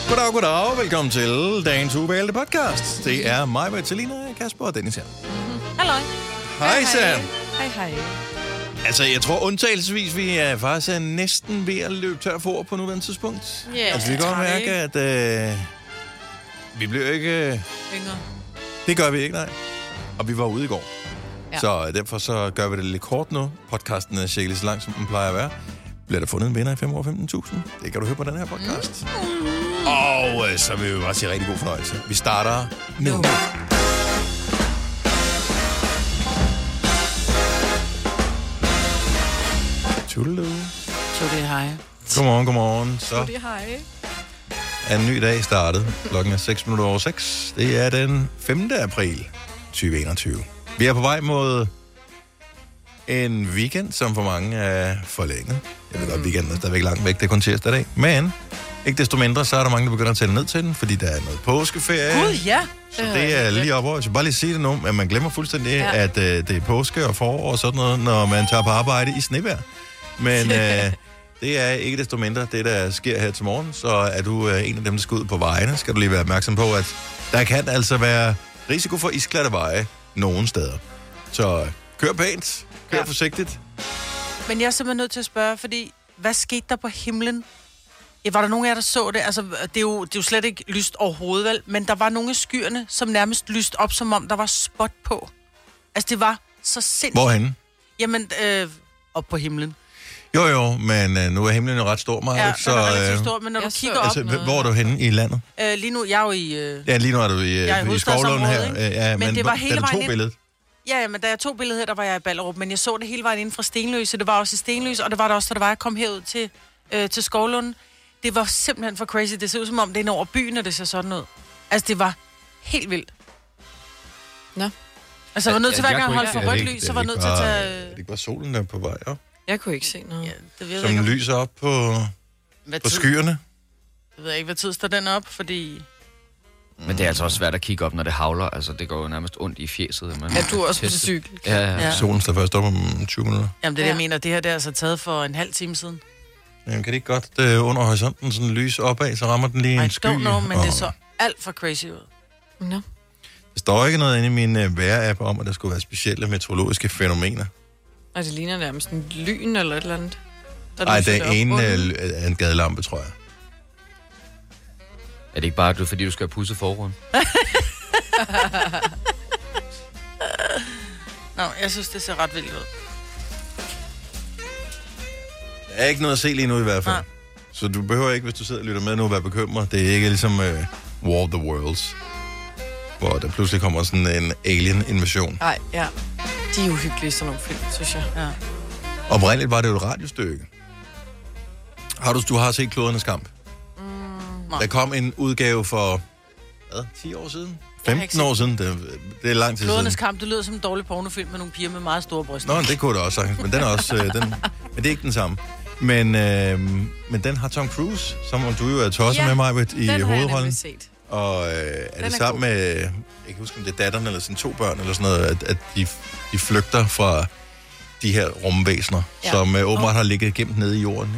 Goddag. Velkommen til dagens uvalgte podcast. Det er mig, Bertalina, Kasper og Dennis her. Halløj. Hej, Sam. Hej. Altså, jeg tror undtagelsesvis, vi er faktisk næsten ved at løbe tør for ord på nuværende tidspunkt. Yeah, altså, vi kan godt mærke, at vi bliver ikke... Yngre. Det gør vi ikke, nej. Og vi var ude i går. Ja. Så derfor så gør vi det lidt kort nu. Podcasten er cirka lige så lang, som den plejer at være. Bliver der fundet en vinder i 5 år 15.000? Det kan du høre på den her podcast. Og så vil vi bare sige rigtig god fornøjelse. Vi starter nu. Tudelu. Tutti hej. Godmorgen. Så Tutti hej. er en ny dag startet. Klokken er 6:06. Det er den 5. april 2021. Vi er på vej mod en weekend, som for mange er forlænget. Jeg ved godt, weekenden er stadigvæk langt væk. Det er kun tirsdag i dag. Men ikke desto mindre, så er der mange, der begynder at tælle ned til den, fordi der er noget påskeferie. Gud, ja. Så det er lige op over. Jeg skal bare lige sige det nu, at man glemmer fuldstændig, at det er påske og forår og sådan noget, når man tager på arbejde i snevejr. Men det er ikke desto mindre det, der sker her til morgen. Så er du en af dem, der skal ud på vejene, skal du lige være opmærksom på, at der kan altså være risiko for isglatte veje nogle steder. Så kør pænt, kør forsigtigt. Men jeg er simpelthen nødt til at spørge, fordi hvad skete der på himlen? Ja, var der nogen af jer, der så det? Altså, det er jo slet ikke lyst overhovedet, vel? Men der var nogle af skyerne, som nærmest lyst op, som om der var spot på. Altså, det var så sindssygt. Hvorhenne? Jamen, op på himlen. Jo, men nu er himlen jo ret stor, Maja. Ja, Så, den er relativt stor, men når du kigger op... Altså, hvor er du henne i landet? Lige nu, jeg er jo i... Ja, lige nu er du i Skovlund her. Ja, men det var hele vejen billedet. Ja, men da jeg tog billedet her, der var jeg i Ballerup, men jeg så det hele vejen inden fra Stenløse. Det var også i Stenløse, og det var der også, da det var, jeg kom herud til Skovlund. Det var simpelthen for crazy. Det ser ud som om, det er over byen, og det ser sådan ud. Altså, det var helt vildt. Nå. Altså, jeg var nødt til hver gang at holde for rødt lys, så var jeg nødt til at tage... Det er ikke bare solen, der er på vej op. Jeg kunne ikke se noget. Ja, det ved jeg Som ikke. lyser op på skyerne. Jeg ved ikke, hvad tid står den op, fordi... Men det er altså også svært at kigge op, når det havler. Altså, det går jo nærmest ondt i fjeset. Er du også på cykel? Ja. Solen står først op om 20 minutter. Jamen, det er det, jeg mener. Det her, det er altså taget for en halv time siden. Jamen, kan det ikke godt under horisonten sådan lys opad, så rammer den lige en sky? I don't know, men det så alt for crazy ud. Nå. Der står ikke noget inde i min vejr-app om, at der skulle være specielle meteorologiske fænomener. Og det ligner nærmest en lyn eller et eller andet. Nej, det er en gadelampe, tror jeg. Er det ikke bare, fordi du skal have pudset forruden? Nå, jeg synes, det ser ret vildt ud. Der er ikke noget at se lige nu i hvert fald. Nej. Så du behøver ikke, hvis du sidder og lytter med nu, at være bekymret. Det er ikke ligesom War of the Worlds, hvor der pludselig kommer sådan en alien-invasion. Nej, ja. De er uhyggelige, sådan nogle film, synes jeg. Ja. Oprindeligt var det jo et radiostykke. Du har set Klodernes Kamp? Der kom en udgave for, 10 år siden? 15 år siden? Det er lang tid Klodernes siden. Kamp, det lyder som en dårlig pornofilm med nogle piger med meget store bryster. Nå, det kunne det også sagtens, men den er også, men det er ikke den samme. Men den har Tom Cruise, som du jo er tosset med mig i hovedrollen. Set. Og er det sammen med, jeg kan huske, om det er datteren eller sine 2 børn, eller sådan noget, at de flygter fra de her rumvæsener, som åbenbart har ligget gemt nede i jorden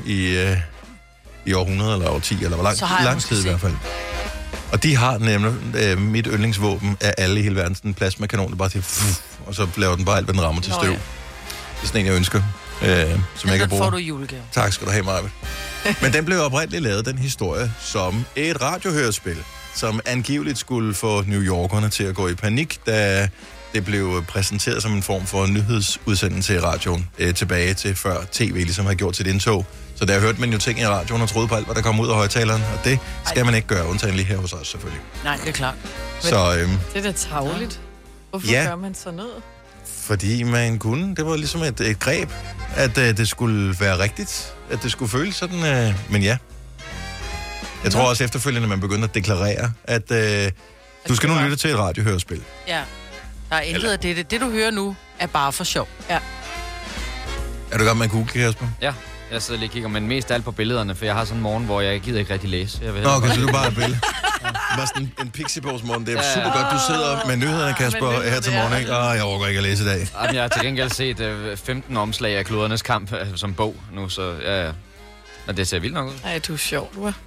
i århundreder eller årti, eller hvor lang tid i hvert fald. Og de har nemlig mit yndlingsvåben af alle i hele verden, sådan en plasmakanon, der bare til, og så laver den bare alt, hvad den rammer til støv. Det er sådan en, jeg ønsker, som jeg kan bruge. Den får du i julegave. Tak skal du have, Marve. Men den blev oprindeligt lavet, den historie, som et radiohørespil, som angiveligt skulle få New Yorkerne til at gå i panik, da det blev præsenteret som en form for nyhedsudsendelse i radioen tilbage til før tv ligesom har gjort sit indtog. Så der hørte man jo ting i radioen og troede på alt, hvad der kom ud af højtaleren, og det skal man ikke gøre, undtagen lige her hos os selvfølgelig. Nej, det er klart. Så, det er da tarveligt. Hvorfor gør man sådan noget? Fordi man kunne. Det var ligesom et greb, at det skulle være rigtigt, at det skulle føles sådan, men ja. Jeg tror også efterfølgende, at man begynder at deklarere, at du skal nu lytte til et radiohørespil. Ja. Der er intet af det. Det, du hører nu, er bare for sjov. Ja. Er du godt med at google, Kasper? Ja, jeg sidder lige og kigger, men mest alt på billederne, for jeg har sådan en morgen, hvor jeg gider ikke rigtig læse. Nå, okay, så du bare et billede. Det var sådan en pixiebogsmorgen. Det er super godt, du sidder med nyhederne, Kasper, her til morgen, ikke? Jeg overgår ikke at læse i dag. Jamen, jeg har til gengæld set 15 omslag af Klodernes Kamp som bog nu, så ja. Og det ser vildt nok ud. Ej, du er sjov, du er.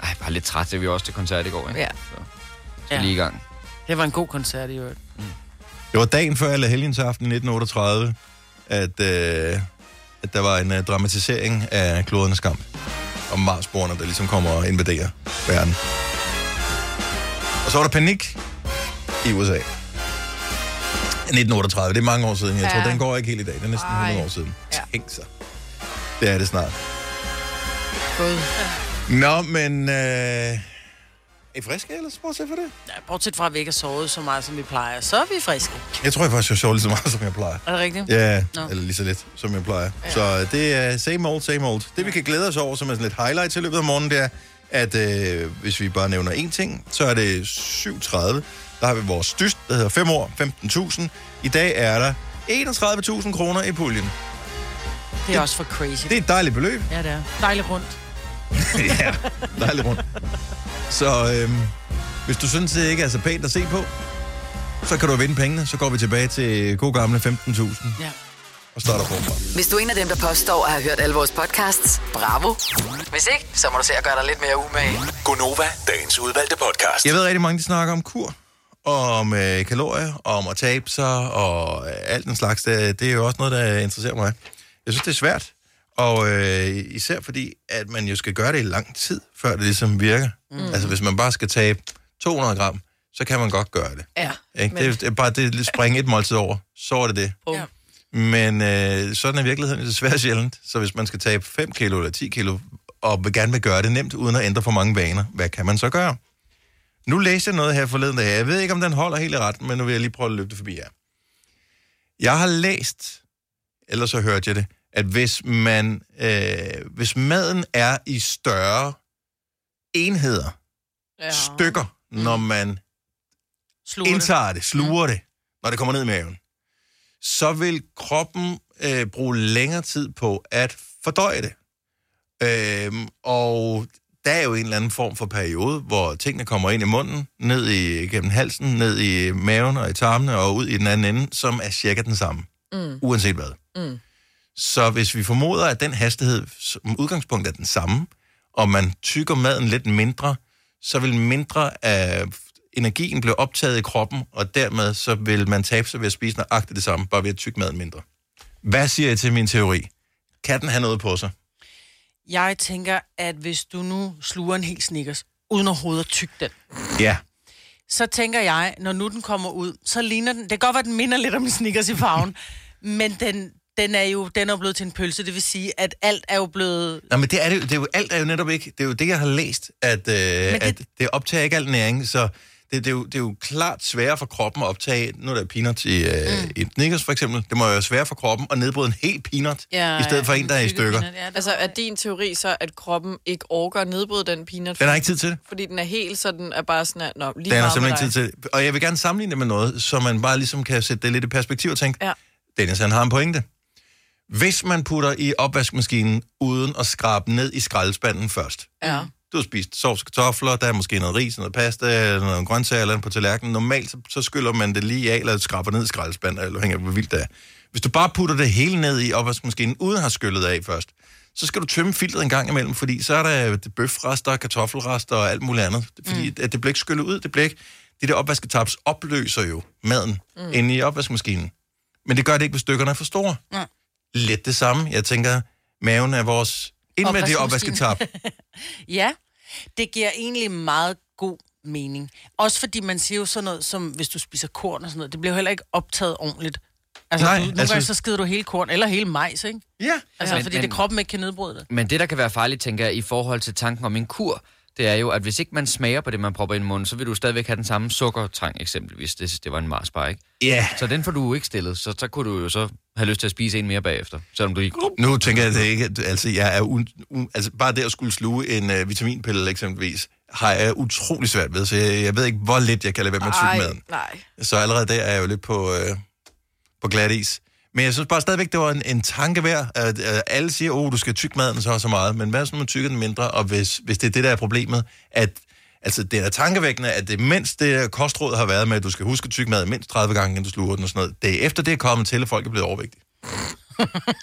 Ej, bare lidt træt. Det vi også til koncert i går, ikke? Ja. Så skal lige i gang. Det var en god koncert i øvrigt. Det var dagen før Allehelgensaften i 1938, at der var en dramatisering af klodernes kamp. Om Marsborerne, der ligesom kommer og invaderer verden. Og så var der panik i USA. 1938, det er mange år siden. Jeg tror, den går ikke helt i dag. Det er næsten 100 år siden. Tænk så. Det er det snart. God. Nå, men... er I friske ellers? Bortset for det? Ja, bortset fra, at vi ikke har sovet så meget, som vi plejer. Så er vi friske. Jeg tror faktisk, jeg sover lige så meget, som jeg plejer. Er det rigtigt? Ja, eller lige så lidt, som jeg plejer. Ja. Så det er same old, same old. Det, vi kan glæde os over, som er sådan lidt highlight i løbet af morgenen, det er, at hvis vi bare nævner én ting, så er det 7.30. Der har vi vores dyst, der hedder 5 år, 15.000. I dag er der 31.000 kroner i puljen. Det er også for crazy. Det er et dejligt beløb. Ja, det er. Dejligt rundt. Ja, dejligt rundt. Så hvis du synes, det ikke er så pænt at se på, så kan du vinde pengene. Så går vi tilbage til god gamle 15.000. Ja. Og starter forfra. Hvis du er en af dem, der påstår at have hørt alle vores podcasts, bravo. Hvis ikke, så må du se at gøre dig lidt mere umage. Gonova, dagens udvalgte podcast. Jeg ved rigtig mange, de snakker om kur, og om kalorier, og om at tabe sig, og alt den slags. Det er jo også noget, der interesserer mig. Jeg synes, det er svært. Og især fordi, at man jo skal gøre det i lang tid, før det ligesom virker. Altså, hvis man bare skal tabe 200 gram, så kan man godt gøre det. Ja. Ikke? Det er bare det springe et måltid over, så er det det. Ja. Men sådan er virkeligheden desværre sjældent. Så hvis man skal tabe 5 kilo eller 10 kilo, og gerne vil gøre det nemt, uden at ændre for mange vaner, hvad kan man så gøre? Nu læste jeg noget her forleden dag. Jeg ved ikke, om den holder helt i retten, men nu vil jeg lige prøve at løbe det forbi jer. Jeg har læst, ellers så hørte jeg det, at hvis maden er i større enheder, stykker, når man indtager det, sluger det, når det kommer ned i maven, så vil kroppen bruge længere tid på at fordøje det. Og der er jo en eller anden form for periode, hvor tingene kommer ind i munden, ned gennem halsen, ned i maven og i tarmene og ud i den anden ende, som er cirka den samme, uanset hvad. Så hvis vi formoder, at den hastighed som udgangspunkt er den samme, og man tykker maden lidt mindre, så vil mindre af energien blive optaget i kroppen, og dermed så vil man tabe sig ved at spise nøjagtigt det samme, bare ved at tykke maden mindre. Hvad siger I til min teori? Kan den have noget på sig? Jeg tænker, at hvis du nu sluger en hel Snickers, uden overhovedet at tygge den, Ja. så tænker jeg, når nu den kommer ud, så ligner den... Det kan godt være, den minder lidt om en Snickers i farven, men den er jo blevet til en pølse. Det vil sige, at alt er jo blevet... Nej, men alt er jo netop ikke... Det er jo det, jeg har læst, at det optager ikke al næring, så... Det er jo klart sværere for kroppen at optage, nu er der peanut i et Snickers for eksempel, det må jo være sværere for kroppen at nedbryde en hel peanut, i stedet for en, der er i stykker. Altså, er din teori så, at kroppen ikke orker at nedbryde den peanut? Den har ikke tid til det. Fordi den er helt, så den er bare sådan, at lige den har simpelthen ikke tid til det. Og jeg vil gerne sammenligne det med noget, så man bare ligesom kan sætte det lidt i perspektiv og tænke, Dennis, han har en pointe. Hvis man putter i opvaskemaskinen uden at skrabe ned i skraldespanden først. Ja. Du har spist sovs og kartofler, der er måske noget ris, noget pasta, noget grøntsager eller på tallerkenen. Normalt så skyller man det lige af, eller skraber ned i skraldespanden, eller hænger hvor vildt det er. Hvis du bare putter det hele ned i opvaskemaskinen, uden at have skyllet af først, så skal du tømme filtret en gang imellem, fordi så er der bøfrester, kartoffelrester og alt muligt andet. Fordi at det bliver ikke skyllet ud, det bliver ikke... De der opvasketaps opløser jo maden inde i opvaskemaskinen. Men det gør det ikke, hvis stykkerne er for store. Lidt det samme. Jeg tænker, maven er vores indvendige opvasketap. Ja, det giver egentlig meget god mening. Også fordi man siger jo sådan noget, som hvis du spiser korn og sådan noget, det bliver jo heller ikke optaget ordentligt. Altså, nogle gange så skider du hele korn, eller hele majs, ikke? Ja. Altså, fordi det kroppen ikke kan nedbryde det. Men det, der kan være farligt, tænker jeg, i forhold til tanken om en kur, det er jo, at hvis ikke man smager på det, man propper ind i munden, så vil du stadigvæk have den samme sukkertrang, eksempelvis. Det var en Marsbar, ikke? Ja. Yeah. Så den får du ikke stillet, så kunne du jo så have lyst til at spise en mere bagefter, selvom du ikke... Nu tænker jeg det ikke, altså jeg er altså bare det at skulle sluge en vitaminpille eksempelvis, har jeg utrolig svært ved, så jeg ved ikke, hvor lidt jeg kan lade være med at tygge maden. Nej. Så allerede der er jeg jo lidt på glat is. Men jeg synes bare stadigvæk, det var en tanke værd, at alle siger, du skal tygge maden så meget, men hvad hvis man tykker den mindre, og hvis det er det, der er problemet, at altså, det er tankevækkende, at det mindst det kostråd har været med, at du skal huske at tygge maden mindst 30 gange, inden du sluger den og sådan noget. Det er efter det er kommet til, at folk er blevet overvægtige.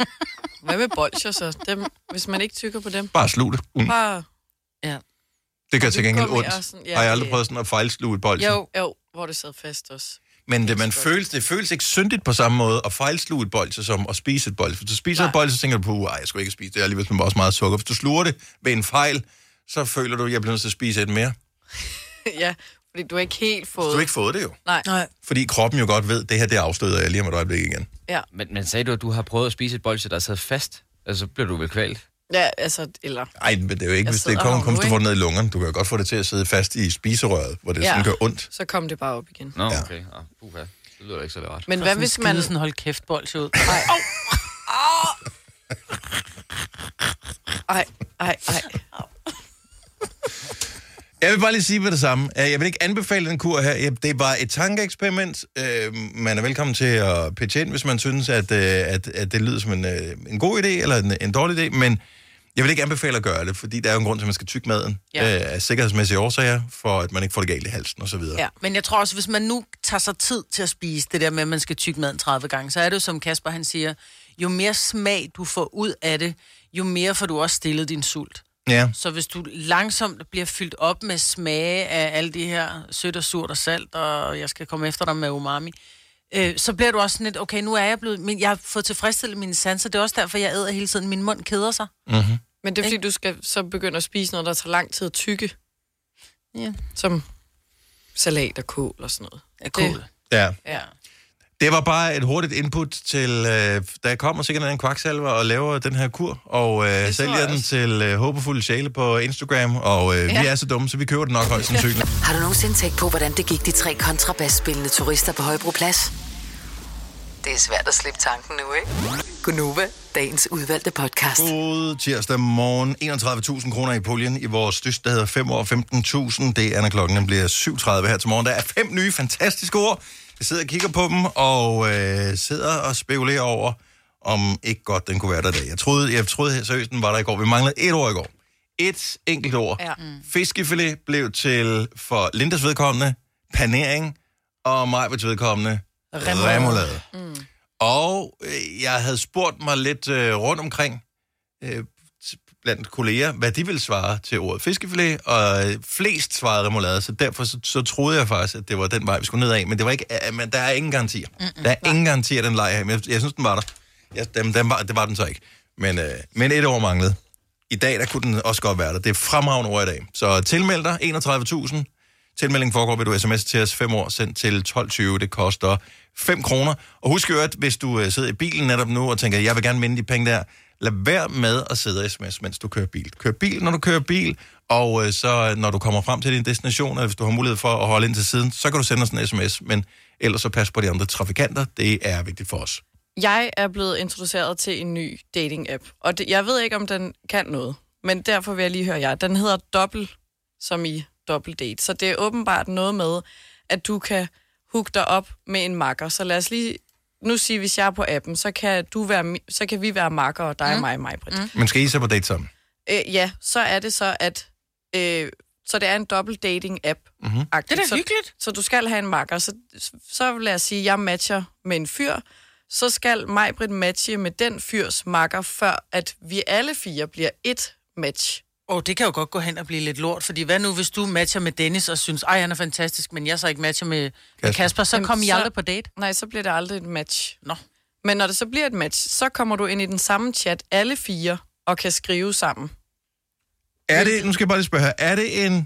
Hvad med bolsjer så? Dem, hvis man ikke tykker på dem? Bare slug det. Bare... Ja. Det gør til gengæld går mere ondt. sådan- ja, Har jeg aldrig det- prøvet sådan at fejlsluge et bolsje? Jo, hvor det sad fast også. Men det føles ikke syndigt på samme måde at fejlsluge et bolsje som at spise et bolsje. Hvis du spiser et bolsje, så tænker du på, jeg skulle ikke spise det, alligevel smager også meget sukker. Hvis du sluger det ved en fejl, så føler du, at jeg bliver nødt til at spise et mere. Ja, fordi du har ikke helt fået... Du har ikke fået det jo. Nej. Fordi kroppen jo godt ved, det her det afstøder jeg lige om et øjeblik igen. Ja. Men sagde du, at du har prøvet at spise et bolsje, der sad fast? Altså, så bliver du vel kvalt? Ja, altså, eller... Nej, men det er jo ikke, Jeg hvis det sidder kommer, her kommer nu, du får det ned i lungerne. Du kan jo godt få det til at sidde fast i spiserøret, hvor det sådan gør ondt. så kom det bare op igen. Nå, okay. Puha. Det lyder ikke så rart. Men hvad hvis man... Sådan hold kæft bolsje ud. Ej. Jeg vil bare lige sige med det samme. Jeg vil ikke anbefale den kur her. Det er bare et tankeeksperiment. Man er velkommen til at pitche ind, hvis man synes, at det lyder som en god idé, eller en dårlig idé, men jeg vil ikke anbefale at gøre det, fordi der er jo en grund til, at man skal tygge maden af sikkerhedsmæssige årsager, for at man ikke får det galt i halsen osv. Ja, men jeg tror også, hvis man nu tager sig tid til at spise det der med, at man skal tygge maden 30 gange, så er det jo, som Kasper han siger, jo mere smag du får ud af det, jo mere får du også stillet din sult. Ja. Så hvis du langsomt bliver fyldt op med smage af alle de her sødt og surt og salt, og jeg skal komme efter dig med umami, så bliver du også sådan lidt, okay, nu er jeg blevet, men jeg har fået tilfredsstillet mine sanser, det er også derfor, jeg æder hele tiden, min mund keder sig. Mm-hmm. Men det er fordi, du skal så begynde at spise noget, der tager lang tid at tygge. Ja. Som salat og kål og sådan noget. Ja, kål. Ja. Ja. Det var bare et hurtigt input til, da jeg kommer sikkert en kvaksalver og laver den her kur, og sælger den til håbefulde sjæle på Instagram, og vi er så dumme, så vi køber den nok højst sandsynligt. Har du nogensinde tænkt på, hvordan det gik de 3 kontrabasspillende turister på Højbroplads? Det er svært at slippe tanken nu, ikke? Gunova, dagens udvalgte podcast. God tirsdag morgen. 31.000 kroner i puljen i vores dyst, der hedder 5 år 15.000. Det er, når klokken bliver 7.30 her til morgen. Der er 5 nye fantastiske ord. Jeg sidder og kigger på dem, og sidder og spekulerer over, om ikke godt den kunne være der i dag. Jeg troede seriøst, den var der i går. Vi manglede 1 ord i går. Et enkelt ord. Ja. Fiskefilet blev til, for Lindas vedkommende, panering, og Majbrits vedkommende, remoulade. Og jeg havde spurgt mig lidt rundt omkring blandt kolleger, hvad de ville svare til ordet fiskefilet, og flest svarede remoulade, så derfor så troede jeg faktisk, at det var den vej, vi skulle ned af, men det var ikke, men der er ingen garantier. Der er ingen garantier, den leg her, men jeg synes, den var der. Det var den så ikke. Men 1 år manglede. I dag, der kunne den også godt være der. Det er fremragende ord i dag. Så tilmeld dig, 31.000. Tilmeldingen foregår ved du sms til os 5 år, sendt til 12.20. Det koster 5 kroner. Og husk jo, at hvis du sidder i bilen netop nu og tænker, jeg vil gerne vinde de penge der, lad være med at sidde og sms, mens du kører bil. Kør bil, når du kører bil, og så når du kommer frem til din destination, og hvis du har mulighed for at holde ind til siden, så kan du sende os en sms, men ellers så pas på de andre trafikanter. Det er vigtigt for os. Jeg er blevet introduceret til en ny dating-app, og jeg ved ikke, om den kan noget, men derfor vil jeg lige høre jer. Den hedder Double, som i double date, så det er åbenbart noget med, at du kan hooke dig op med en makker. Så lad os lige nu sige, hvis jeg er på appen, så kan vi være makker, og dig og mig, Britt. Men skal I så på date sammen? Ja, så er det så, at så det er en double dating app. Det er da hyggeligt. Så du skal have en makker. Så lad os sige, at jeg matcher med en fyr, så skal Majbrit matche med den fyrs makker, før at vi alle 4 bliver et match. Det kan jo godt gå hen og blive lidt lort, fordi hvad nu, hvis du matcher med Dennis og synes, han er fantastisk, men jeg så ikke matcher med Kasper, så kommer I aldrig på date? Nej, så bliver det aldrig et match. Nå. Men når det så bliver et match, så kommer du ind i den samme chat, alle 4, og kan skrive sammen. Er det, nu skal jeg bare lige spørge her, er det en,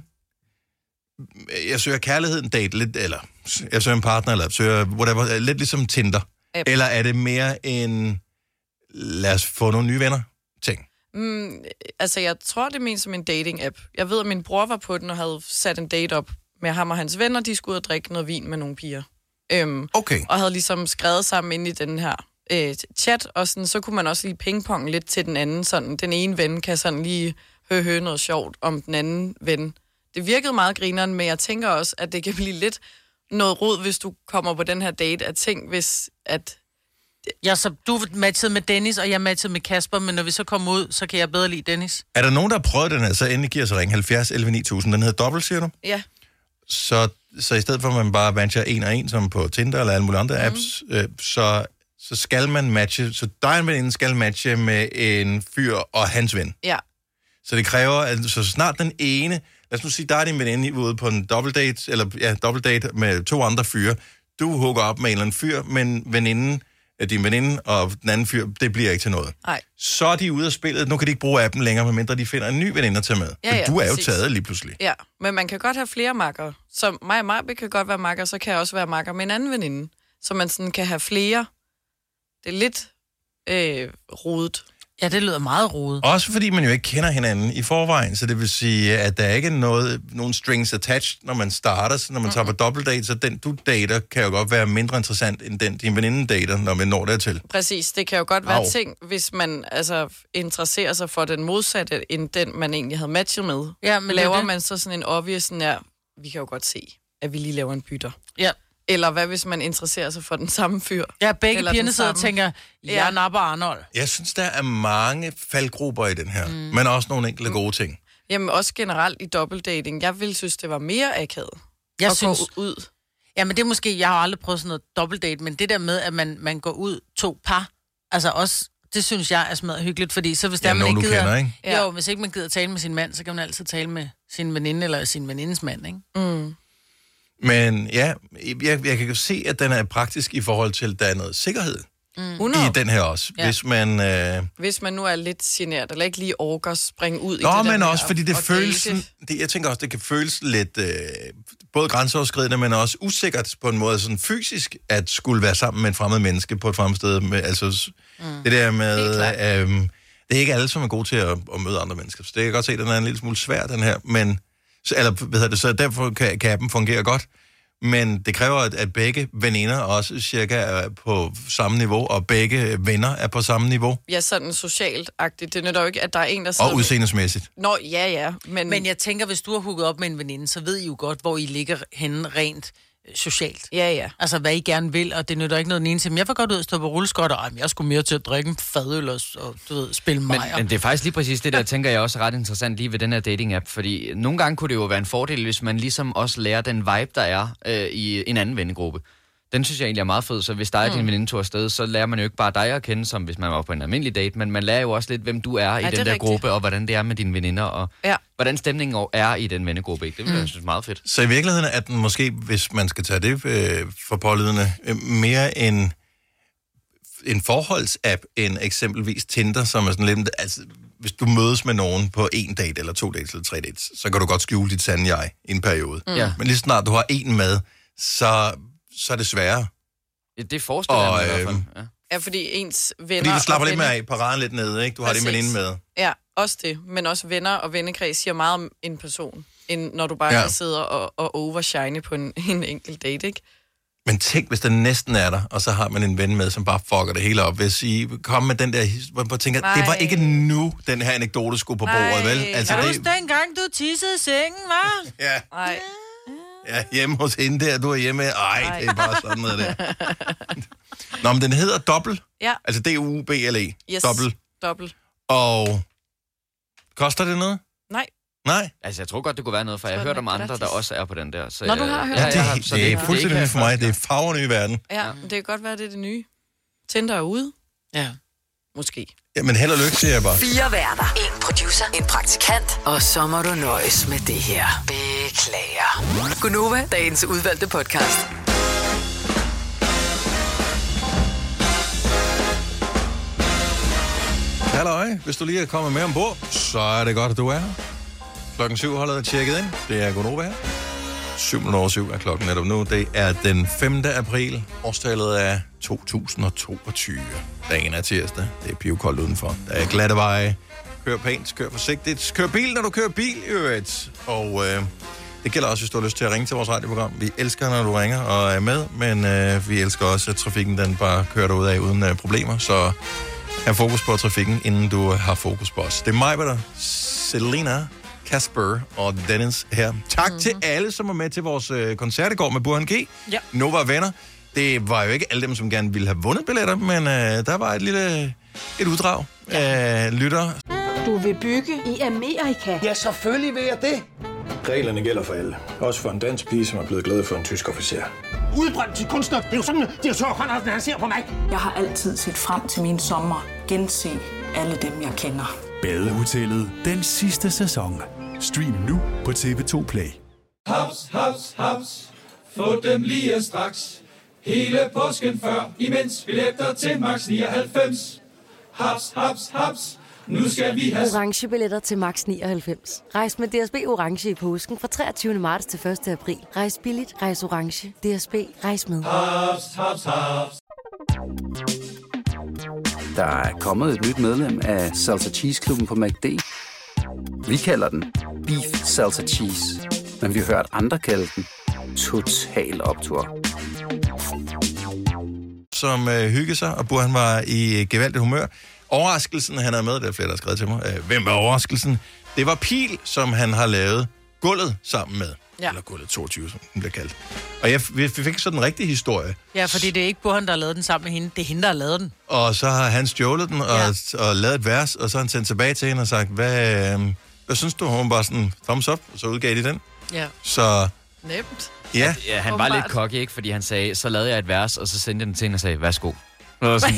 jeg søger kærligheden date lidt, eller jeg søger en partner, eller søger whatever, lidt ligesom Tinder, eller er det mere en, lad os få nogle nye venner ting? Altså, jeg tror, det er mest som en dating-app. Jeg ved, at min bror var på den og havde sat en date op med ham og hans venner. De skulle ud og drikke noget vin med nogle piger. Okay. Og havde ligesom skrevet sammen ind i den her chat, og sådan, så kunne man også lige pingpong lidt til den anden. Sådan, den ene ven kan sådan lige høre noget sjovt om den anden ven. Det virkede meget grineren, men jeg tænker også, at det kan blive lidt noget rod, hvis du kommer på den her date af ting, hvis at... Ja, så du matchede med Dennis, og jeg matchede med Kasper, men når vi så kommer ud, så kan jeg bedre lide Dennis. Er der nogen, der har prøvet den her, så endelig giver sig ring 70 11 9000. Den hedder dobbelt, siger du? Ja. Så i stedet for, at man bare matcher en og en, som på Tinder eller alle mulige andre apps, så skal man matche, så dig og en veninde skal matche med en fyr og hans ven. Ja. Så det kræver, at så snart den ene lad os nu sige, der er din veninde ude på en dobbeltdate med 2 andre fyre. Du hooker op med en eller anden fyr, men din veninde og den anden fyr, det bliver ikke til noget. Nej. Så er de ude af spillet. Nu kan de ikke bruge appen længere, medmindre de finder en ny veninde at tage med. Ja, du er jo præcis. taget lige pludselig. Ja, men man kan godt have flere makker. Så mig og Marbe kan godt være makker, så kan jeg også være makker med en anden veninde. Så man sådan kan have flere. Det er lidt rodet. Ja, det lyder meget rodet. Også fordi man jo ikke kender hinanden i forvejen, så det vil sige, at der ikke er nogen strings attached, når man starter. Så når man tager på dobbeltdate, så den du dater, kan jo godt være mindre interessant, end den din veninde dater, når man når dertil. Præcis, det kan jo godt være ting, hvis man altså interesserer sig for den modsatte, end den, man egentlig havde matchet med. Ja, men laver det. man så sådan en obvious, sådan vi kan jo godt se, at vi lige laver en bytter. Ja. Eller hvad hvis man interesserer sig for den samme fyr? Ja, begge Eller pigerne den sidder og samme. tænker, jeg napper Arnold. Jeg synes, der er mange faldgrupper i den her, men også nogle enkelte gode ting. Jamen også generelt i dobbeltdating. Jeg ville synes, det var mere akavet Jeg at synes, gå ud. ja, men det er måske, jeg har aldrig prøvet sådan noget dobbeltdate, men det der med, at man går ud 2 par, altså også, det synes jeg er smadret hyggeligt, fordi så hvis der man ikke gider... Kender, ikke? Ja. Jo, hvis ikke man gider tale med sin mand, så kan man altid tale med sin veninde eller sin venindes mand, ikke? Mm. Men ja, jeg kan jo se, at den er praktisk i forhold til, at der er noget sikkerhed i den her også. Ja. Hvis man nu er lidt genert, eller ikke lige orker springe ud i det Nå, der men med også fordi det at føles... date. Jeg tænker også, det kan føles lidt både grænseoverskridende, men også usikkert på en måde, sådan fysisk, at skulle være sammen med et fremmed menneske på et fremmed sted. Det der med... det er ikke alle, som er gode til at møde andre mennesker. Så det kan jeg godt se, at den er en lille smule svær, den her. Men, så derfor kan appen fungere godt. Men det kræver, at begge veninder også cirka er på samme niveau, og begge venner er på samme niveau. Ja, sådan socialt-agtigt. Det nytter jo ikke, at der er en, der sidder... Og udseendesmæssigt. Nå, ja. Men jeg tænker, hvis du har hooket op med en veninde, så ved I jo godt, hvor I ligger henne rent socialt. Ja. Altså, hvad I gerne vil, og det nytter ikke noget den ene til. Men jeg var godt ud og stå på rulleskøjt, og jeg skulle mere til at drikke en fadøl og du ved, spille mejer. Men det er faktisk lige præcis det der, tænker jeg også er ret interessant lige ved den her dating-app, fordi nogle gange kunne det jo være en fordel, hvis man ligesom også lærer den vibe, der er i en anden vennegruppe. Den synes jeg egentlig er meget fed, så hvis der er din veninde tog afsted, så lærer man jo ikke bare dig at kende, som hvis man var på en almindelig date, men man lærer jo også lidt, hvem du er i den der gruppe, og hvordan det er med dine veninder, og hvordan stemningen er i den vennegruppe. Ikke? Det vil jeg synes meget fedt. Så i virkeligheden er den måske, hvis man skal tage det for pålydende, mere en forholdsapp end eksempelvis Tinder, som er sådan lidt... Altså, hvis du mødes med nogen på 1 date, eller 2 dates, eller 3 dates, så kan du godt skjule dit sande jeg i en periode. Men lige snart du har en med, så er det sværere. Ja, det forestiller jeg mig i hvert fald. Ja, fordi ens venner... Fordi du slapper lidt mere af, paraden lidt nede, ikke? Du har din veninde med. Ja, også det. Men også venner og vennekreds siger meget om en person, end når du bare kan sidde og overshine på en enkelt date, ikke? Men tænk, hvis den næsten er der, og så har man en ven med, som bare fucker det hele op. Hvis I kommer med den der, hvor tænker, det var ikke nu, den her anekdote skulle på bordet, vel? Altså, kan du huske dengang, du tissede i sengen, hva'? Ja. Nej. Ja, hjemme hos hende der, du er hjemme. Ej, det er bare sådan noget der. Nå, men den hedder Dobbel. Ja. Altså D-U-B-L-E. Yes. Dobbel. Og koster det noget? Nej. Altså, jeg tror godt, det kunne være noget, for jeg har hørt om andre, der også er på den der. Så du har hørt det er fuldstændig nyt for mig. Det er farverne i verden. Ja, det kan godt være, det er det nye. Tinder er ude. Ja. Måske. Jamen, held og lykke, siger jeg bare. 4 værter. 1 producer. En praktikant. Og så må du nøjes med det her. Beklager. Gunova, dagens udvalgte podcast. Halløj, hvis du lige er kommet med ombord, så er det godt, at du er her. Klokken 7 holdet er tjekket ind. Det er Gunova her. 7:07 er klokken netop nu. Det er den 5. april. Årstallet er 2022. Dagen er tirsdag. Det er pivkoldt udenfor. Der er glatte veje. Kør pænt, kør forsigtigt. Kør bil, når du kører bil, i øvrigt. Og det gælder også, hvis du har lyst til at ringe til vores radioprogram. Vi elsker, når du ringer og er med, men vi elsker også, at trafikken den bare kører derud af uden problemer. Så have fokus på trafikken, inden du har fokus på os. Det er mig, der Selena, Kasper og Dennis her. Tak til alle, som var med til vores koncert i går med Burhan G. Ja. Nova og venner. Det var jo ikke alle dem, som gerne ville have vundet billetter, men der var et uddrag af lyttere. Du vil bygge i Amerika? Ja, selvfølgelig vil jeg det. Reglerne gælder for alle. Også for en dansk pige, som er blevet glad for en tysk officer. Udbrændt til kunstner. Det er jo sådan, at direktør Conradsen, han ser på mig. Jeg har altid set frem til min sommer. Gense alle dem, jeg kender. Badehotellet den sidste sæson. Stream nu på TV2 Play. Haps, haps, haps. Få dem lige straks. Hele påsken før, imens billetter til max 99. Haps, haps, haps. Nu skal vi have orange billetter til max 99. Rejs med DSB orange i påsken fra 23. marts til 1. april. Rejs billigt, rejs orange. DSB, rejs med. haps, haps, haps. Der er kommet et nyt medlem af Salsa Cheese Klubben på McD. Vi kalder den Beef Salsa Cheese, men vi har hørt andre kalde den Total Optur. Som hyggede sig, og han var i gevaldigt humør. Overraskelsen, han havde med, der er flere, der har skrevet til mig. Hvem var overraskelsen? Det var Pil, som han har lavet gulvet sammen med. Ja. Eller gulvet 22, som den bliver kaldt. Og vi fik sådan en rigtig historie. Ja, fordi det er ikke Burhan, der har lavet den sammen med hende. Det er hende, der har lavet den. Og så har han stjålet den og lavet et vers, og så har han sendt tilbage til hende og sagt, hvad synes du? Hun var sådan, thumbs up, og så udgav de den. Ja. Så... Nemt. Ja. Ja, han var lidt cocky, ikke? Fordi han sagde, så lavede jeg et vers, og så sendte jeg den til hende og sagde, værsgo. Sådan,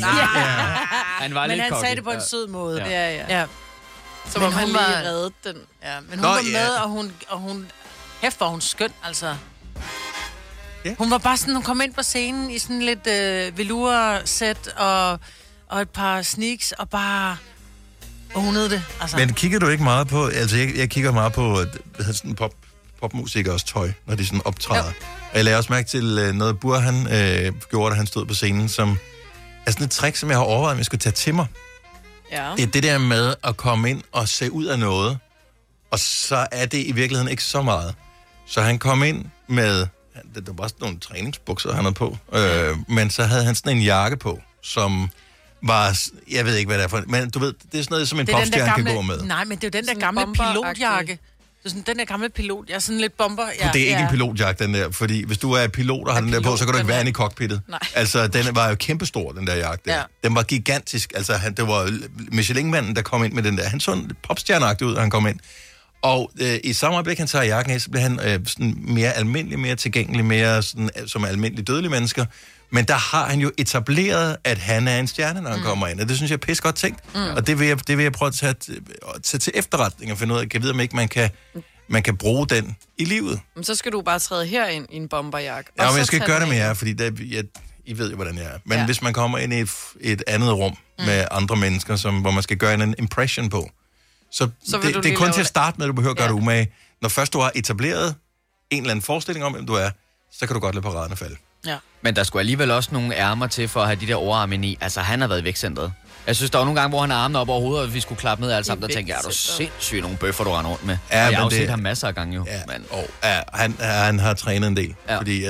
han var men lidt han cocky. sagde det på en sød måde. Ja. Så var han lige reddet den. Ja, men hun var med, og hun hæft var hun skøn, altså. Yeah. Hun var bare sådan, hun kom ind på scenen i sådan lidt velour-sæt og et par sneaks, og bare ownede det. Altså. Men kigger du ikke meget på, altså jeg kigger meget på sådan popmusikers tøj, når de sådan optræder. Jo. Og jeg lagde også mærke til noget Burhan gjorde, da han stod på scenen, som er sådan et trick, som jeg har overvejet, om jeg skulle tage til mig. Ja. Det er det der med at komme ind og se ud af noget, og så er det i virkeligheden ikke så meget. Så han kom ind med, der var sådan nogle træningsbukser, han havde på, men så havde han sådan en jakke på, som var, jeg ved ikke, hvad det er for, men du ved, det er sådan noget, som en popstjerne kan gå med. Nej, men det er jo den der gamle pilotjakke. Det er sådan den der gamle pilot. Jeg er sådan lidt bomber. Ja, det er ikke en pilotjakke, den der, fordi hvis du er pilot og har den der på, så kan du ikke være inde i cockpittet. Nej. Altså, den var jo kæmpestor, den der jakke der. Ja. Den var gigantisk. Altså, det var Michelin-manden, der kom ind med den der. Han så en popstjerneagtig ud, da han kom ind. Og i samme øjeblik, han tager jakken af, så bliver han sådan mere almindelig, mere tilgængelig, mere sådan, som almindelig dødelige mennesker. Men der har han jo etableret, at han er en stjerne, når han kommer ind. Og det synes jeg er pisse godt tænkt. Og det vil jeg prøve at tage til efterretning og finde ud af, kan vide, om ikke man kan bruge den i livet. Men så skal du bare træde herind i en bomberjakke. Ja, men jeg skal ikke gøre det med jer, fordi I ved jo, hvordan jeg er. Men hvis man kommer ind i et andet rum med andre mennesker, hvor man skal gøre en impression på, så det er kun til at starte med, at du behøver at gøre det umage. Når først du har etableret en eller anden forestilling om, hvem du er, så kan du godt lade paraderne falde. Ja. Men der skulle alligevel også nogle ærmer til for at have de der overarme i. Altså, han har været i vækstcentret. Jeg synes, der var nogle gange, hvor han har armene op over hovedet, og vi skulle klappe ned alle sammen. Der tænkte jeg, er du sindssygt nogle bøffer, du render rundt med. Ja, og jeg har jo set ham masser af gange jo. Ja, han har trænet en del, fordi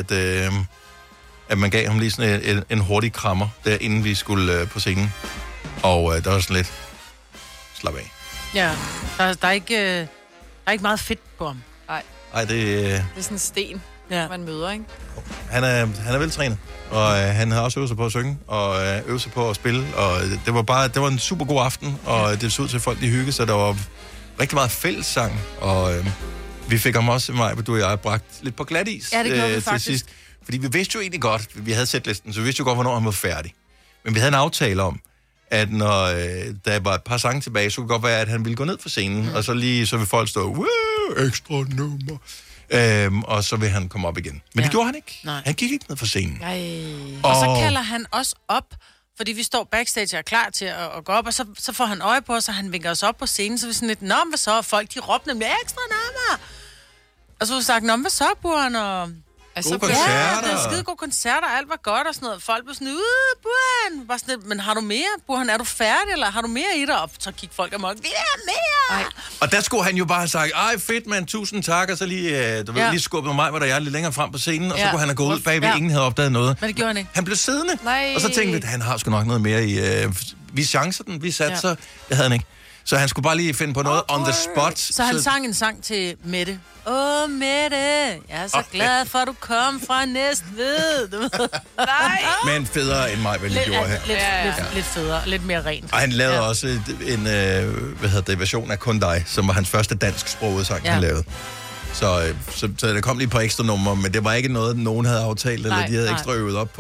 at man gav ham lige sådan en hurtig krammer, der inden vi skulle på scenen. Og der var sådan lidt slap af. Ja, der er ikke meget fedt på ham. Nej, det er sådan en sten, man møder, ikke? Han er veltrænet, og han har også øvet sig på at synge, og øvet sig på at spille, og det var en super god aften, og det så ud til, at folk de hyggede sig. Der var rigtig meget fællessang, og vi fik ham også, mig, du og jeg, bragt lidt på glatis til sidst. Fordi vi vidste jo egentlig godt, vi havde sætlisten, så vi vidste jo godt, hvornår han var færdig. Men vi havde en aftale om, at når der var et par sange tilbage, så kunne det godt være, at han ville gå ned fra scenen, og så vil folk stå, ekstra nummer. Og så vil han komme op igen. Men det gjorde han ikke. Nej. Han gik ikke ned fra scenen. Og så kalder han os op, fordi vi står backstage og er klar til at gå op, og så får han øje på os, og han vinker os op på scenen, så vi sådan lidt, nå, hvad så? Folk, de råbte nemlig ekstra nummer. Og så har vi sagt, nå, hvad så, Burhan? Og gode koncerter. Ja, det er skide gode koncerter, alt var godt og sådan noget. Folk blev sådan, Burhan, bare sådan lidt, men har du mere? Burhan, er du færdig, eller har du mere i dig? Og så gik folk amok, vi har mere! Ej. Og der skulle han jo bare have sagt, ej fedt mand, tusind tak, og så lige, lige skubbet mig, hvor der er lidt længere frem på scenen, og så kunne han have gået ud bagved, ingen havde opdaget noget. Men det gjorde han ikke. Han blev siddende, Nej. og så tænkte vi, han har sgu nok noget mere i, vi chancer den, vi satser, det havde han ikke. Så han skulle bare lige finde på noget on the spot. Så han sang en sang til Mette. Mette, jeg er så glad for, at du kom fra Næstved. Nej. Men federe end mig, vel det gjorde her. Lidt federe, lidt mere rent. Og han lavede også en version af Kun Dig, som var hans første dansksprogede sang, han lavede. Så der kom lige et par ekstra numre, men det var ikke noget, nogen havde aftalt, eller de havde ekstra øvet op på.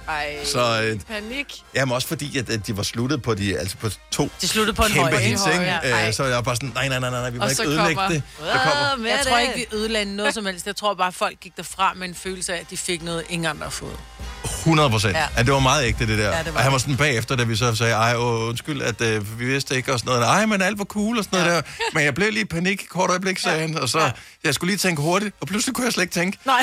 Ej, panik. Jamen også fordi, at de var sluttet på, på 2 de sluttede på en kæmpe høj, hits, ikke? Så jeg bare sådan, nej, vi må ikke ødelægge det. Jeg tror ikke, vi ødelagde noget som helst. Jeg tror bare, folk gik derfra med en følelse af, at de fik noget, ingen andre har fået. 100%. Ja, det var meget ægte, det der. Ja, det var og han var sådan bagefter, da vi så sagde, undskyld, at vi vidste ikke, og sådan noget. Ej, men alt var cool og sådan noget der. Men jeg blev lige i panik, kort øjeblik, sagde han. Og så, jeg skulle lige tænke hurtigt, og pludselig kunne jeg slet ikke tænke. Nej.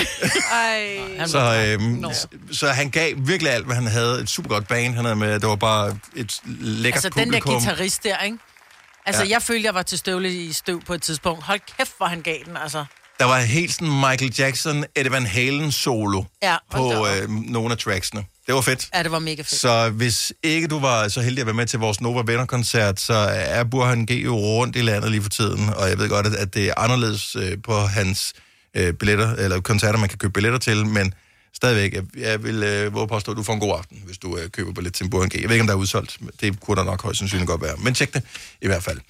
Så han gav virkelig alt, hvad han havde. Et super godt band, han havde med. Det var bare et lækkert publikum. Altså, den der guitarist der, ikke? Altså, jeg følte, jeg var til støvle i støv på et tidspunkt. Hold kæft, hvor han gav den, altså. Der var helt sådan Michael Jackson, Eddie Van Halen solo på nogle af tracksene. Det var fedt. Ja, det var mega fedt. Så hvis ikke du var så heldig at være med til vores Nova Venner-koncert, så er Burhan G jo rundt i landet lige for tiden, og jeg ved godt, at det er anderledes på hans billetter, eller koncerter, man kan købe billetter til, men stadigvæk, jeg vil våge påstå, at du får en god aften, hvis du køber billet til Burhan G. Jeg ved ikke, om der er udsolgt. Det kunne der nok højst sandsynligt godt være. Men tjek det i hvert fald.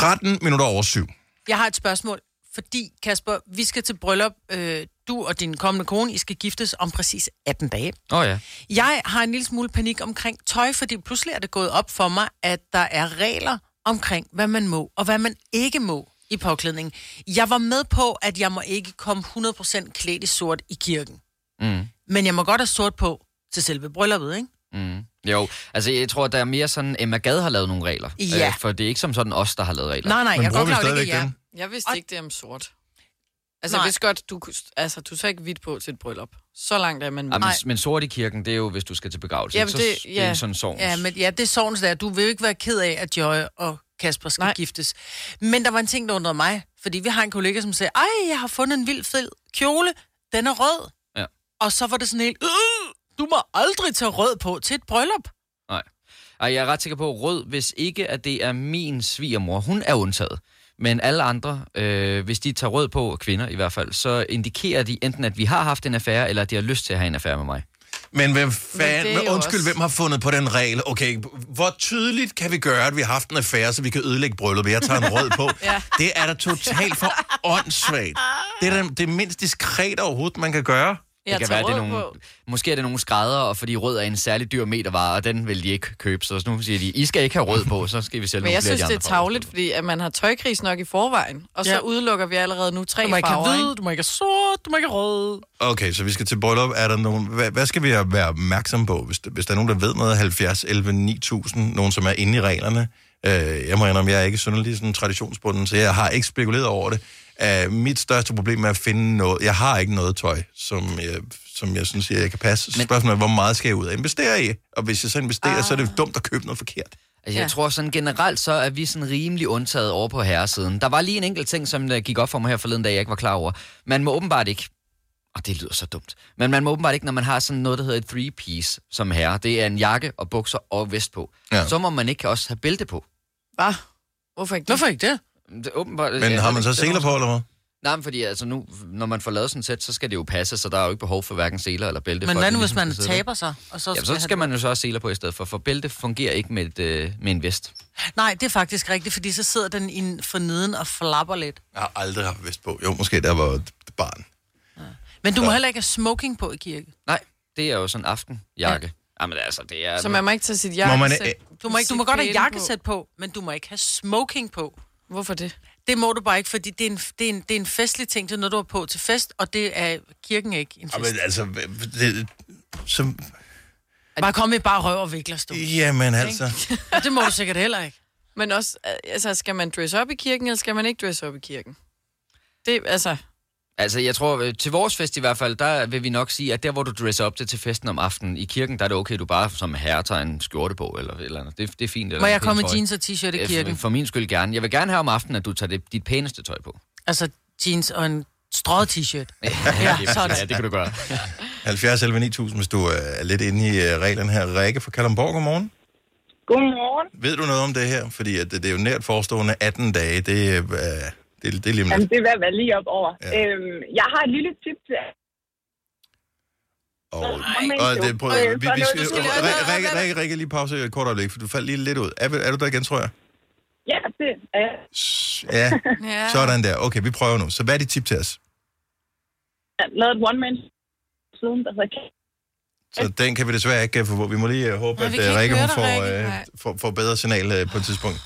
7:13. Jeg har et spørgsmål. Fordi, Kasper, vi skal til bryllup. Du og din kommende kone, I skal giftes om præcis 18 dage. Ja. Jeg har en lille smule panik omkring tøj, fordi pludselig er det gået op for mig, at der er regler omkring, hvad man må og hvad man ikke må i påklædning. Jeg var med på, at jeg må ikke komme 100% klædt i sort i kirken. Men jeg må godt have sort på til selve brylluppet, ikke? Jo, altså jeg tror, der er mere sådan, Emma Gad har lavet nogle regler. Ja. For det er ikke som sådan os, der har lavet regler. Nej, jeg går godt ikke, ja. Jeg vidste ikke det om sort. Altså, jeg vidste godt, du tager ikke hvidt på til et bryllup. Så langt er man... Men sort i kirken, det er jo, hvis du skal til begravelse. Jamen, det er sådan sovns. Ja, det er sovns der. Du vil jo ikke være ked af, at Joy og Kasper skal giftes. Men der var en ting, der undrede mig. Fordi vi har en kollega, som sagde, jeg har fundet en vild fed kjole. Den er rød. Ja. Og så var det sådan helt, du må aldrig tage rød på til et bryllup. Nej. Jeg er ret sikker på, rød, hvis ikke, at det er min svigermor. Hun er undtaget. Men alle andre, hvis de tager rød på, kvinder i hvert fald, så indikerer de enten, at vi har haft en affære, eller at de har lyst til at have en affære med mig. Men hvem har fundet på den regel? Okay, hvor tydeligt kan vi gøre, at vi har haft en affære, så vi kan ødelægge brylluppet? Jeg tager en rød på. Det er da totalt for åndssvagt. Det er det mindst diskrete overhovedet, man kan gøre. Det kan være, det er nogle, måske er det nogle skrædder, og fordi rød er en særlig dyr metervare, og den vil de ikke købe. Så nu siger de, I skal ikke have rød på, så skal vi sælge nogle flere af de andre. Men jeg synes, det er tarveligt, fordi at man har tøjkris nok i forvejen, og så udelukker vi allerede nu 3 farver. Du må ikke have hvid, du må ikke have sort, du må ikke have rød. Okay, så vi skal til bryllup. Er der nogen, hvad skal vi være opmærksom på, hvis der er nogen, der ved noget? 70, 11, 9000, nogen som er inde i reglerne. Jeg må indrømme, jeg er ikke synderlig sådan traditionsbunden, så jeg har ikke spekuleret over det. Mit største problem er at finde noget. Jeg har ikke noget tøj, som jeg synes, jeg kan passe. Spørgsmålet er, hvor meget skal jeg ud af investere i? Og hvis jeg så investerer, så er det jo dumt at købe noget forkert. Altså, jeg tror sådan generelt, så er vi sådan rimelig undtaget over på herresiden. Der var lige en enkelt ting, som gik op for mig her forleden dag, jeg ikke var klar over. Man må åbenbart ikke, og det lyder så dumt, men man må åbenbart ikke, når man har sådan noget, der hedder et three-piece som herre. Det er en jakke og bukser og vest på. Ja. Så må man ikke også have bælte på. Hvad? Hvorfor ikke det? Hvorfor ikke det? Det åbenbart, men har man så seler på, eller hvad? Nej, fordi altså nu, når man får lavet sådan et sæt, så skal det jo passe, så der er jo ikke behov for hverken seler eller bælte. Men hvad nu, hvis man taber sig? Og så skal man jo så også seler på i stedet for bælte fungerer ikke med en vest. Nej, det er faktisk rigtigt, fordi så sidder den for neden og flapper lidt. Jeg har aldrig haft vest på. Jo, måske der var barn. Ja. Men du må heller ikke have smoking på i kirke. Nej, det er jo sådan en aftenjakke. Ja. Jamen altså, det er... Så man må ikke tage sit jakkesæt. Du må godt have jakkesæt på, men du må ikke have smoking på. Hvorfor det? Det må du bare ikke, fordi det er en festlig ting, det er noget, du er på til fest, og det er kirken ikke en fest. Men altså, bare kom i bare røv og vikler, stå. Jamen altså. Og det må du sikkert heller ikke. Men også, altså, skal man dress op i kirken, eller skal man ikke dress op i kirken? Det, altså... Altså, jeg tror, til vores fest i hvert fald, der vil vi nok sige, at der, hvor du dresser op til festen om aftenen i kirken, der er det okay, du bare som herre tager en skjorte på, eller et eller andet. Det er fint. Må jeg komme med jeans og t-shirt i kirken? For min skyld gerne. Jeg vil gerne have om aftenen, at du tager dit pæneste tøj på. Altså, jeans og en strøget t-shirt. Ja, det kan du gøre. 70 11 9000, hvis du er lidt inde i reglerne her. Rikke fra Kalundborg, godmorgen. Godmorgen. Ved du noget om det her? Fordi at det er jo nært forestående 18 dage. Det er lige Jamen, det vil være lige op over. Ja. Jeg har et lille tip til... Rikke, lige pause et kort øjeblik, for du faldt lige lidt ud. Er du der igen, tror jeg? Ja, det er jeg. Ja, sådan der. Okay, vi prøver nu. Så hvad er dit tip til os? Jeg lavede et one-man siden, der hedder Så den kan vi desværre ikke få. Vi må lige håbe, at Rikke får bedre signal på et tidspunkt.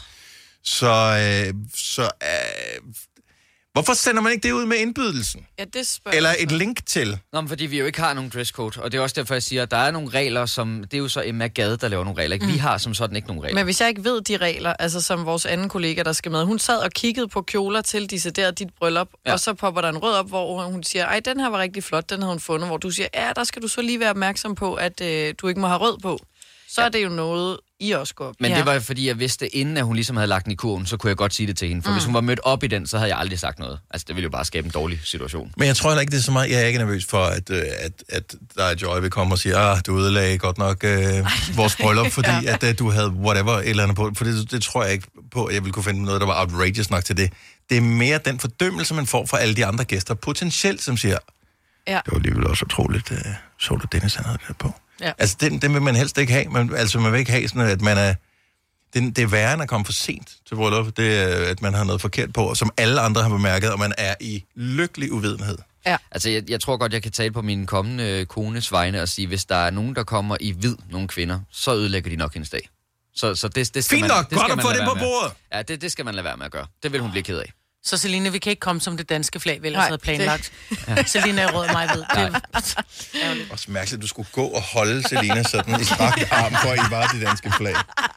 Hvorfor sender man ikke det ud med indbydelsen? Ja, det spørger eller et link til? Nå, men fordi vi jo ikke har nogen dresscode, og det er også derfor, jeg siger, at der er nogle regler, som... Det er jo så Emma Gade, der laver nogle regler, ikke? Vi har som sådan ikke nogen regler. Men hvis jeg ikke ved de regler, altså som vores anden kollega, der skal med, hun sad og kiggede på kjoler til decideret dit bryllup, og så popper der en rød op, hvor hun siger, ej, den her var rigtig flot, den har hun fundet, hvor du siger, ja, der skal du så lige være opmærksom på, at du ikke må have rød på. Så er det jo noget, I også går op. Men det var fordi, jeg vidste, inden at hun ligesom havde lagt den i kurven, så kunne jeg godt sige det til hende. For hvis hun var mødt op i den, så havde jeg aldrig sagt noget. Altså, det ville jo bare skabe en dårlig situation. Men jeg tror heller ikke, det er så meget. Jeg er ikke nervøs for, at der er Joy vil komme og sige, du ødelagde godt nok vores bryllup, fordi at du havde whatever et eller andet på. For det tror jeg ikke på, at jeg ville kunne finde noget, der var outrageous nok til det. Det er mere den fordømmelse, man får fra alle de andre gæster, potentielt, som siger, det var alligevel også utroligt, så du Dennis, han havde det på. Ja. Altså, den vil man helst ikke have. Man vil ikke have sådan, at man er... Det er værre, end at komme for sent til bryllup. Det er, at man har noget forkert på, som alle andre har bemærket, og man er i lykkelig uvidenhed. Ja. Altså, jeg tror godt, jeg kan tale på min kommende kones vegne og sige, hvis der er nogen, der kommer i hvid, nogle kvinder, så ødelægger de nok hendes dag. Så det skal fint man... nok, godt at få det på bordet! Ja, det skal man lade være med at gøre. Det vil hun blive ked af. Så Selina, vi kan ikke komme som det danske flag, vel, havde planlagt. Selina er rød, og mig ved. Det er også mærkeligt, at du skulle gå og holde Selina sådan i strakt arm, for at I var det danske flag.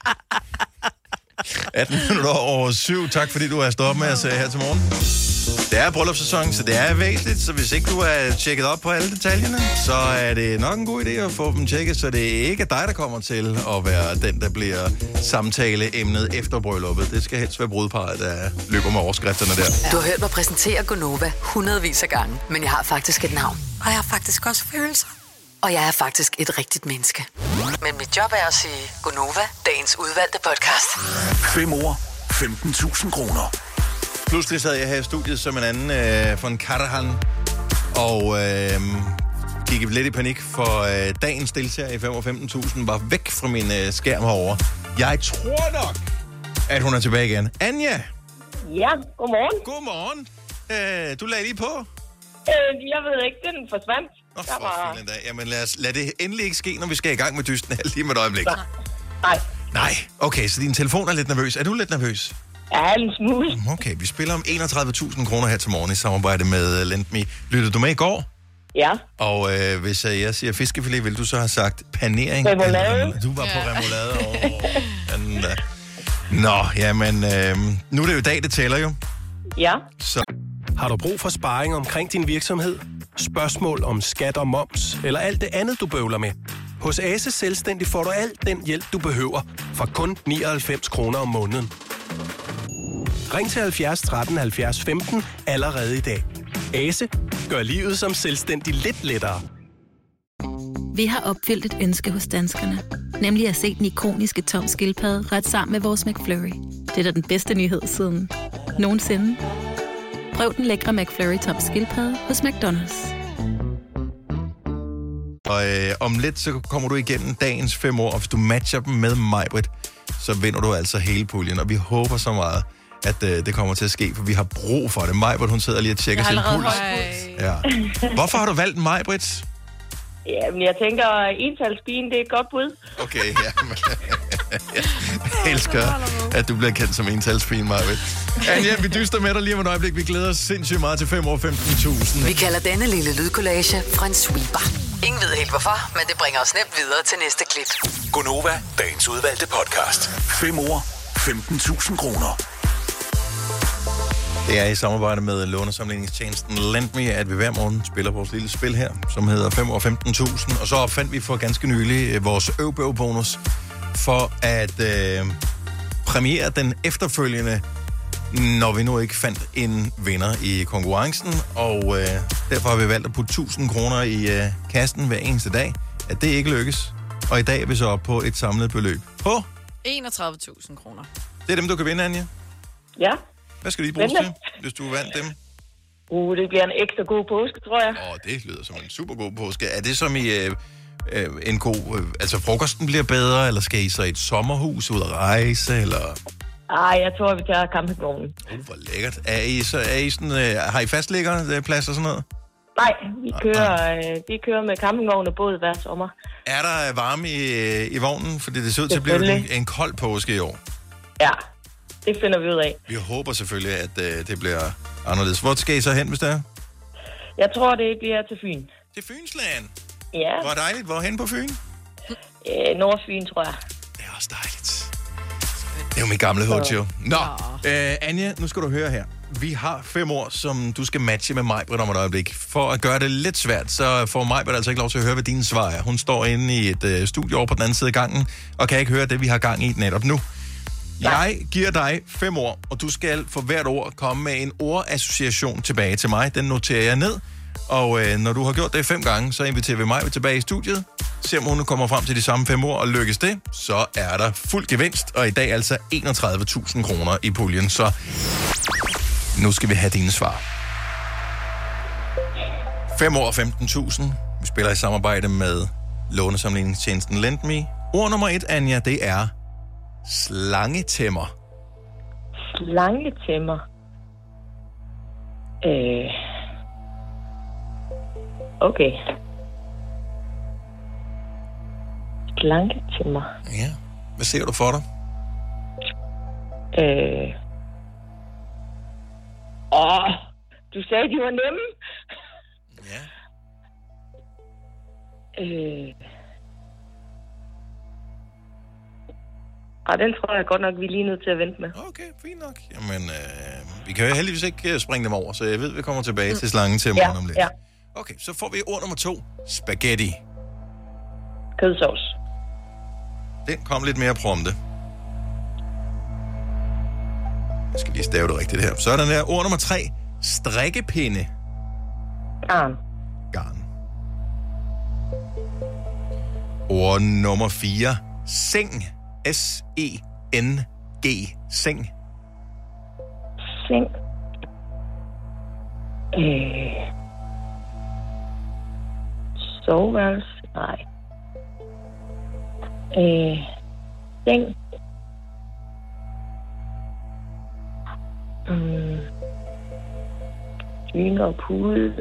7:18. Tak fordi du har stået op med os her til morgen. Det er bryllupssæson, så det er væsentligt, så hvis ikke du er tjekket op på alle detaljerne, så er det nok en god idé at få dem tjekket, så det er ikke dig, der kommer til at være den, der bliver samtaleemnet efter brylluppet. Det skal helst være brudeparret, der løber med overskrifterne der. Du har hørt mig præsentere Gonova hundredvis af gange, men jeg har faktisk et navn. Og jeg har faktisk også følelser. Og jeg er faktisk et rigtigt menneske. Men mit job er at sige Gonova, dagens udvalgte podcast. 5 år, 15.000 kroner. Pludselig sad jeg her i studiet som en anden for en Karahan, og gik lidt i panik, for dagens deltager i 5 år 15.000 var væk fra min skærm herovre. Jeg tror nok, at hun er tilbage igen. Anja! Ja, godmorgen. Godmorgen. Du lagde lige på? Jeg ved ikke, den forsvandt. Jamen lad det endelig ikke ske, når vi skal i gang med dysten her lige med et øjeblik. Nej. Okay, så din telefon er lidt nervøs. Er du lidt nervøs? Ja, en smule. Okay, vi spiller om 31.000 kroner her til morgen i samarbejde med Lendme. Lyttede du med i går? Ja. Og hvis jeg siger fiskefilet, vil du så have sagt panering? Remoulade. Du var på remoulade. Nå, jamen, nu er det jo i dag, det tæller jo. Ja. Så. Har du brug for sparring omkring din virksomhed? Spørgsmål om skat og moms, eller alt det andet, du bøvler med? Hos Ase Selvstændig får du alt den hjælp, du behøver, for kun 99 kroner om måneden. Ring til 70 13 70 15 allerede i dag. Ase gør livet som selvstændig lidt lettere. Vi har opfyldt et ønske hos danskerne, nemlig at se den ikoniske Tom Skildpadde ret sammen med vores McFlurry. Det er da den bedste nyhed siden nogensinde. Prøv den lækre McFlurry Tom Skildpadde hos McDonald's. Og om lidt, så kommer du igennem dagens 5 år, og hvis du matcher dem med Majbrit, så vinder du altså hele puljen. Og vi håber så meget, at det kommer til at ske, for vi har brug for det. Majbrit, hun sidder lige og tjekker sin puls. Ja. Hvorfor har du valgt Majbrit? Jamen, jeg tænker, entalspigen, det er et godt bud. Okay, ja. Jeg elsker, at du bliver kendt som entalspigen, Majbrit. Anja, vi dyster med dig lige om et øjeblik. Vi glæder os sindssygt meget til 5 år 15.000. Vi kalder denne lille lydkollage en sweeper. Ingen ved helt hvorfor, men det bringer os nemt videre til næste klip. Gonova, dagens udvalgte podcast. 5 år, 15.000 kroner. Det er i samarbejde med lånesamligningstjenesten Lendme, at vi hver morgen spiller vores lille spil her, som hedder 5 år 15.000. Og så opfandt vi for ganske nylig vores øvbøv-bonus for at præmiere den efterfølgende, når vi nu ikke fandt en vinder i konkurrencen. Og derfor har vi valgt at putte 1.000 kroner i kassen hver eneste dag. At det ikke lykkes. Og i dag er vi så oppe på et samlet beløb på 31.000 kroner. Det er dem, du kan vinde, Anja. Ja. Hvad skal de bruges til, hvis du vandt dem? Det bliver en ekstra god påske, tror jeg. Det lyder som en super god påske. Er det som i en god... altså frokosten bliver bedre, eller skal I så i et sommerhus ud at rejse, eller... Jeg tror, vi tager campingvognen. Hvor lækkert. Er I sådan, har I fastliggerplads og sådan noget? Nej, vi kører med campingvogn og båd hver sommer. Er der varme i vognen? Fordi det ser ud til at blive en kold påske i år. Ja, det finder vi ud af. Vi håber selvfølgelig, at det bliver anderledes. Hvor skal I så hen, hvis det er? Jeg tror, det bliver til Fyn. Til Fynsland? Ja. Hvor dejligt. Hvor hen på Fyn? Nordfyn, tror jeg. Det er også dejligt. Det er jo mit gamle hotel. Nå, Anja, nu skal du høre her. Vi har 5 ord, som du skal matche med Majbrit om et øjeblik. For at gøre det lidt svært, så får Majbrit altså ikke lov til at høre, hvad dine svar er. Hun står inde i et studie over på den anden side af gangen, og kan ikke høre det, vi har gang i netop nu. Jeg giver dig 5 ord, og du skal for hvert ord komme med en ordassociation tilbage til mig. Den noterer jeg ned, og når du har gjort det 5 gange, så inviterer vi Majbrit tilbage i studiet. Se om hun kommer frem til de samme 5 ord, og lykkes det, så er der fuld gevinst, og i dag altså 31.000 kroner i puljen, så nu skal vi have dine svar. 5 år 15.000. Vi spiller i samarbejde med lånesamligningstjenesten LendMe. Ord nummer 1, Anja, det er slangetæmmer. Slangetæmmer? Okay. Slangetæmmer. Ja. Hvad ser du for dig? Du sagde, de var nemme. Ja. Den tror jeg godt nok, vi er lige nødt til at vente med. Okay, fint nok. Jamen, vi kan jo heldigvis ikke springe dem over, så jeg ved, vi kommer tilbage til slangen til morgen om lidt. Ja. Okay, så får vi ord nummer 2. Spaghetti. Kødsovs. Den kom lidt mere prompte. Jeg skal lige stave det rigtigt her. Så er der der ord nummer 3. Strikkepinde. Garn. Ord nummer 4. Seng. S-E-N-G. Seng. Seng. Soveværelse. Nej. Seng. Dyne og pude.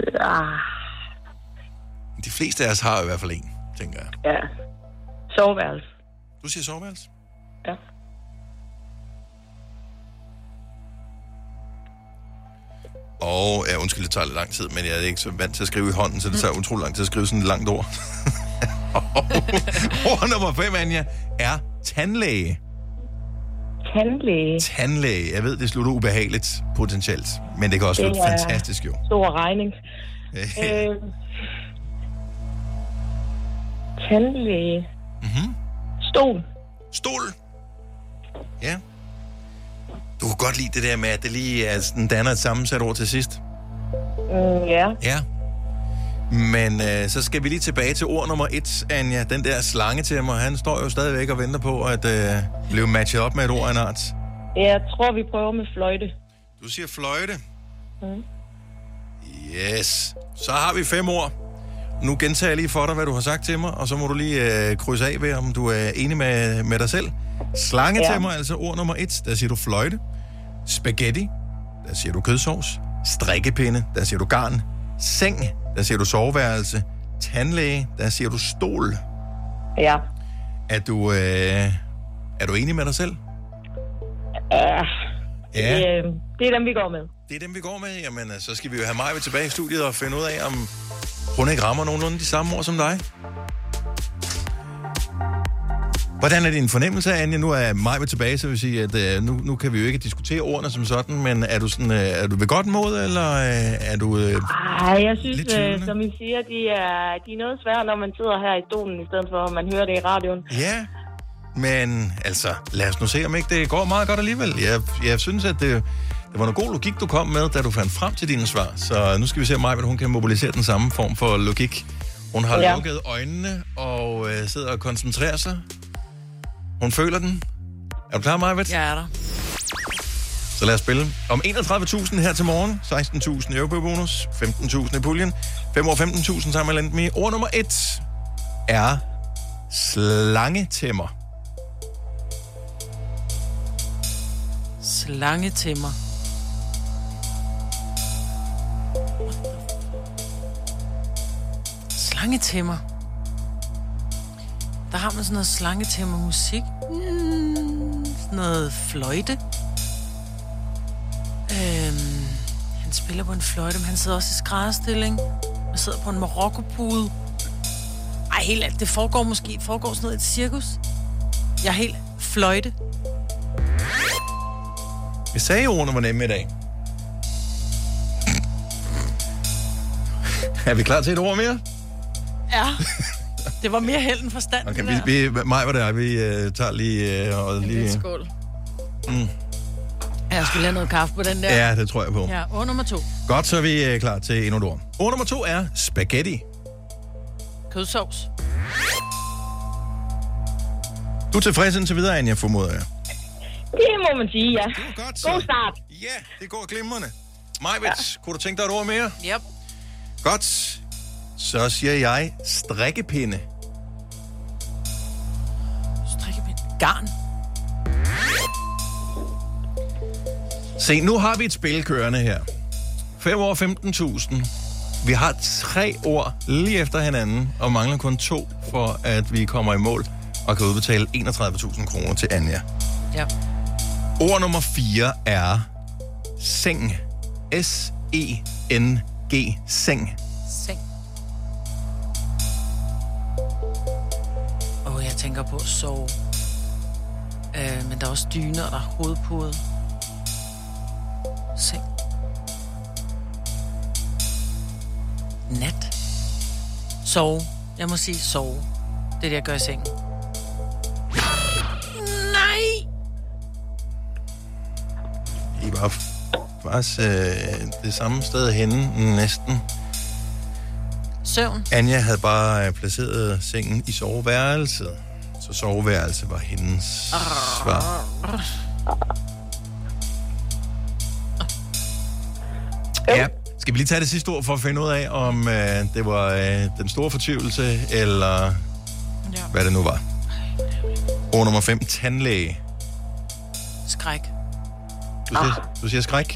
De fleste af os har i hvert fald en, tænker jeg. Ja. Soveværelse. Du siger soveværelse? Ja. Og undskyld, det tager lidt lang tid, men jeg er ikke så vant til at skrive i hånden, så det tager utrolig lang tid at skrive sådan et langt ord. Ord nummer 5, Anja, er tandlæge. Tandlæge. Jeg ved, det slutter ubehageligt potentielt, men det kan også være fantastisk jo. Stor regning. Tandlæge. Mm-hmm. Stol. Ja. Du kan godt lide det der med, at det lige er sådan, danner et sammensat ord til sidst. Ja. Ja. Men så skal vi lige tilbage til ord nummer 1, Anja. Den der slange til mig, han står jo stadigvæk og venter på at blive matchet op med et ord af en art. Jeg tror, vi prøver med fløjte. Du siger fløjte? Mm. Yes. Så har vi 5 ord. Nu gentager jeg lige for dig, hvad du har sagt til mig, og så må du lige krydse af ved, om du er enig med dig selv. Slange til mig, altså ord nummer 1, der siger du fløjte. Spaghetti, der siger du kødsovs. Strikkepinde, der siger du garn. Seng, der siger du soveværelse. Tandlæge, der siger du stol. Ja. Er du enig med dig selv? Ja. Det er dem, vi går med. Det er dem, vi går med. Jamen, så skal vi jo have Maja tilbage i studiet og finde ud af, om hun ikke rammer nogenlunde de samme ord som dig. Hvordan er din fornemmelse, Anja? Nu er Maja tilbage, så vil sige, at nu kan vi jo ikke diskutere ordene som sådan, men er du ved godt mod, eller er du jeg synes, som I siger, de er noget svære, når man sidder her i stolen, i stedet for, at man hører det i radioen. Ja, men altså, lad os nu se, om ikke det går meget godt alligevel. Jeg synes, at det var noget god logik, du kom med, da du fandt frem til dine svar. Så nu skal vi se, om Maja, hun kan mobilisere den samme form for logik. Hun har lukket øjnene og sidder og koncentrerer sig. Hun føler den. Er du klar, Majbet? Jeg er der. Så lad os spille. Om 31.000 her til morgen. 16.000 euro bonus. 15.000 i puljen. 5 år 15.000 sammen med LendMe. Ord nummer 1 er slangetæmmer. Slangetæmmer. Slangetæmmer. Der har man sådan noget slangetæmmer musik. Sådan noget fløjte. Han spiller på en fløjte, men han sidder også i skrædderstilling. Han sidder på en marokkopude. Ej, helt alt. Det foregår sådan noget i et cirkus. Jeg er helt fløjte. Vi sagde ordene var nemme i dag. Er vi klar til et ord mere? Ja. Det var mere held end forstand. Okay, mig var det, vi tager lige... og lige... Skål. Jeg skulle have noget kaffe på den der. Ja, det tror jeg på. Ja, ord nummer 2. Godt, så er vi klar til endnu et ord. Ord nummer 2 er spaghetti. Kødsovs. Du er tilfreds indtil videre, Anja, formoder jeg. Det må man sige, ja. Det var godt, så. God start. Ja, det går glimrende. Majbet, kunne du tænke dig et ord mere? Yep. Godt. Så siger jeg strikkepinde. Strikkepinde. Garn. Se, nu har vi et spil kørende her. 5 år 15.000. Vi har 3 ord lige efter hinanden, og mangler kun 2, for at vi kommer i mål og kan udbetale 31.000 kroner til Anja. Ja. Ord nummer 4 er seng. S-E-N-G. Seng. Seng. Jeg tænker på at sove. Men der er også dyner, og der er hovedpude. Seng. Nat. Sove. Jeg må sige sove. Det er det, jeg gør i sengen. Nej! I var faktisk det samme sted henne, næsten. Søvn. Anja havde bare placeret sengen i soveværelset. Så soveværelset var hendes svar. Ja. Skal vi lige tage det sidste ord for at finde ud af, om det var den store fortvivlelse, eller hvad det nu var. Ord nummer 5, tandlæge. Skræk. Du siger skræk?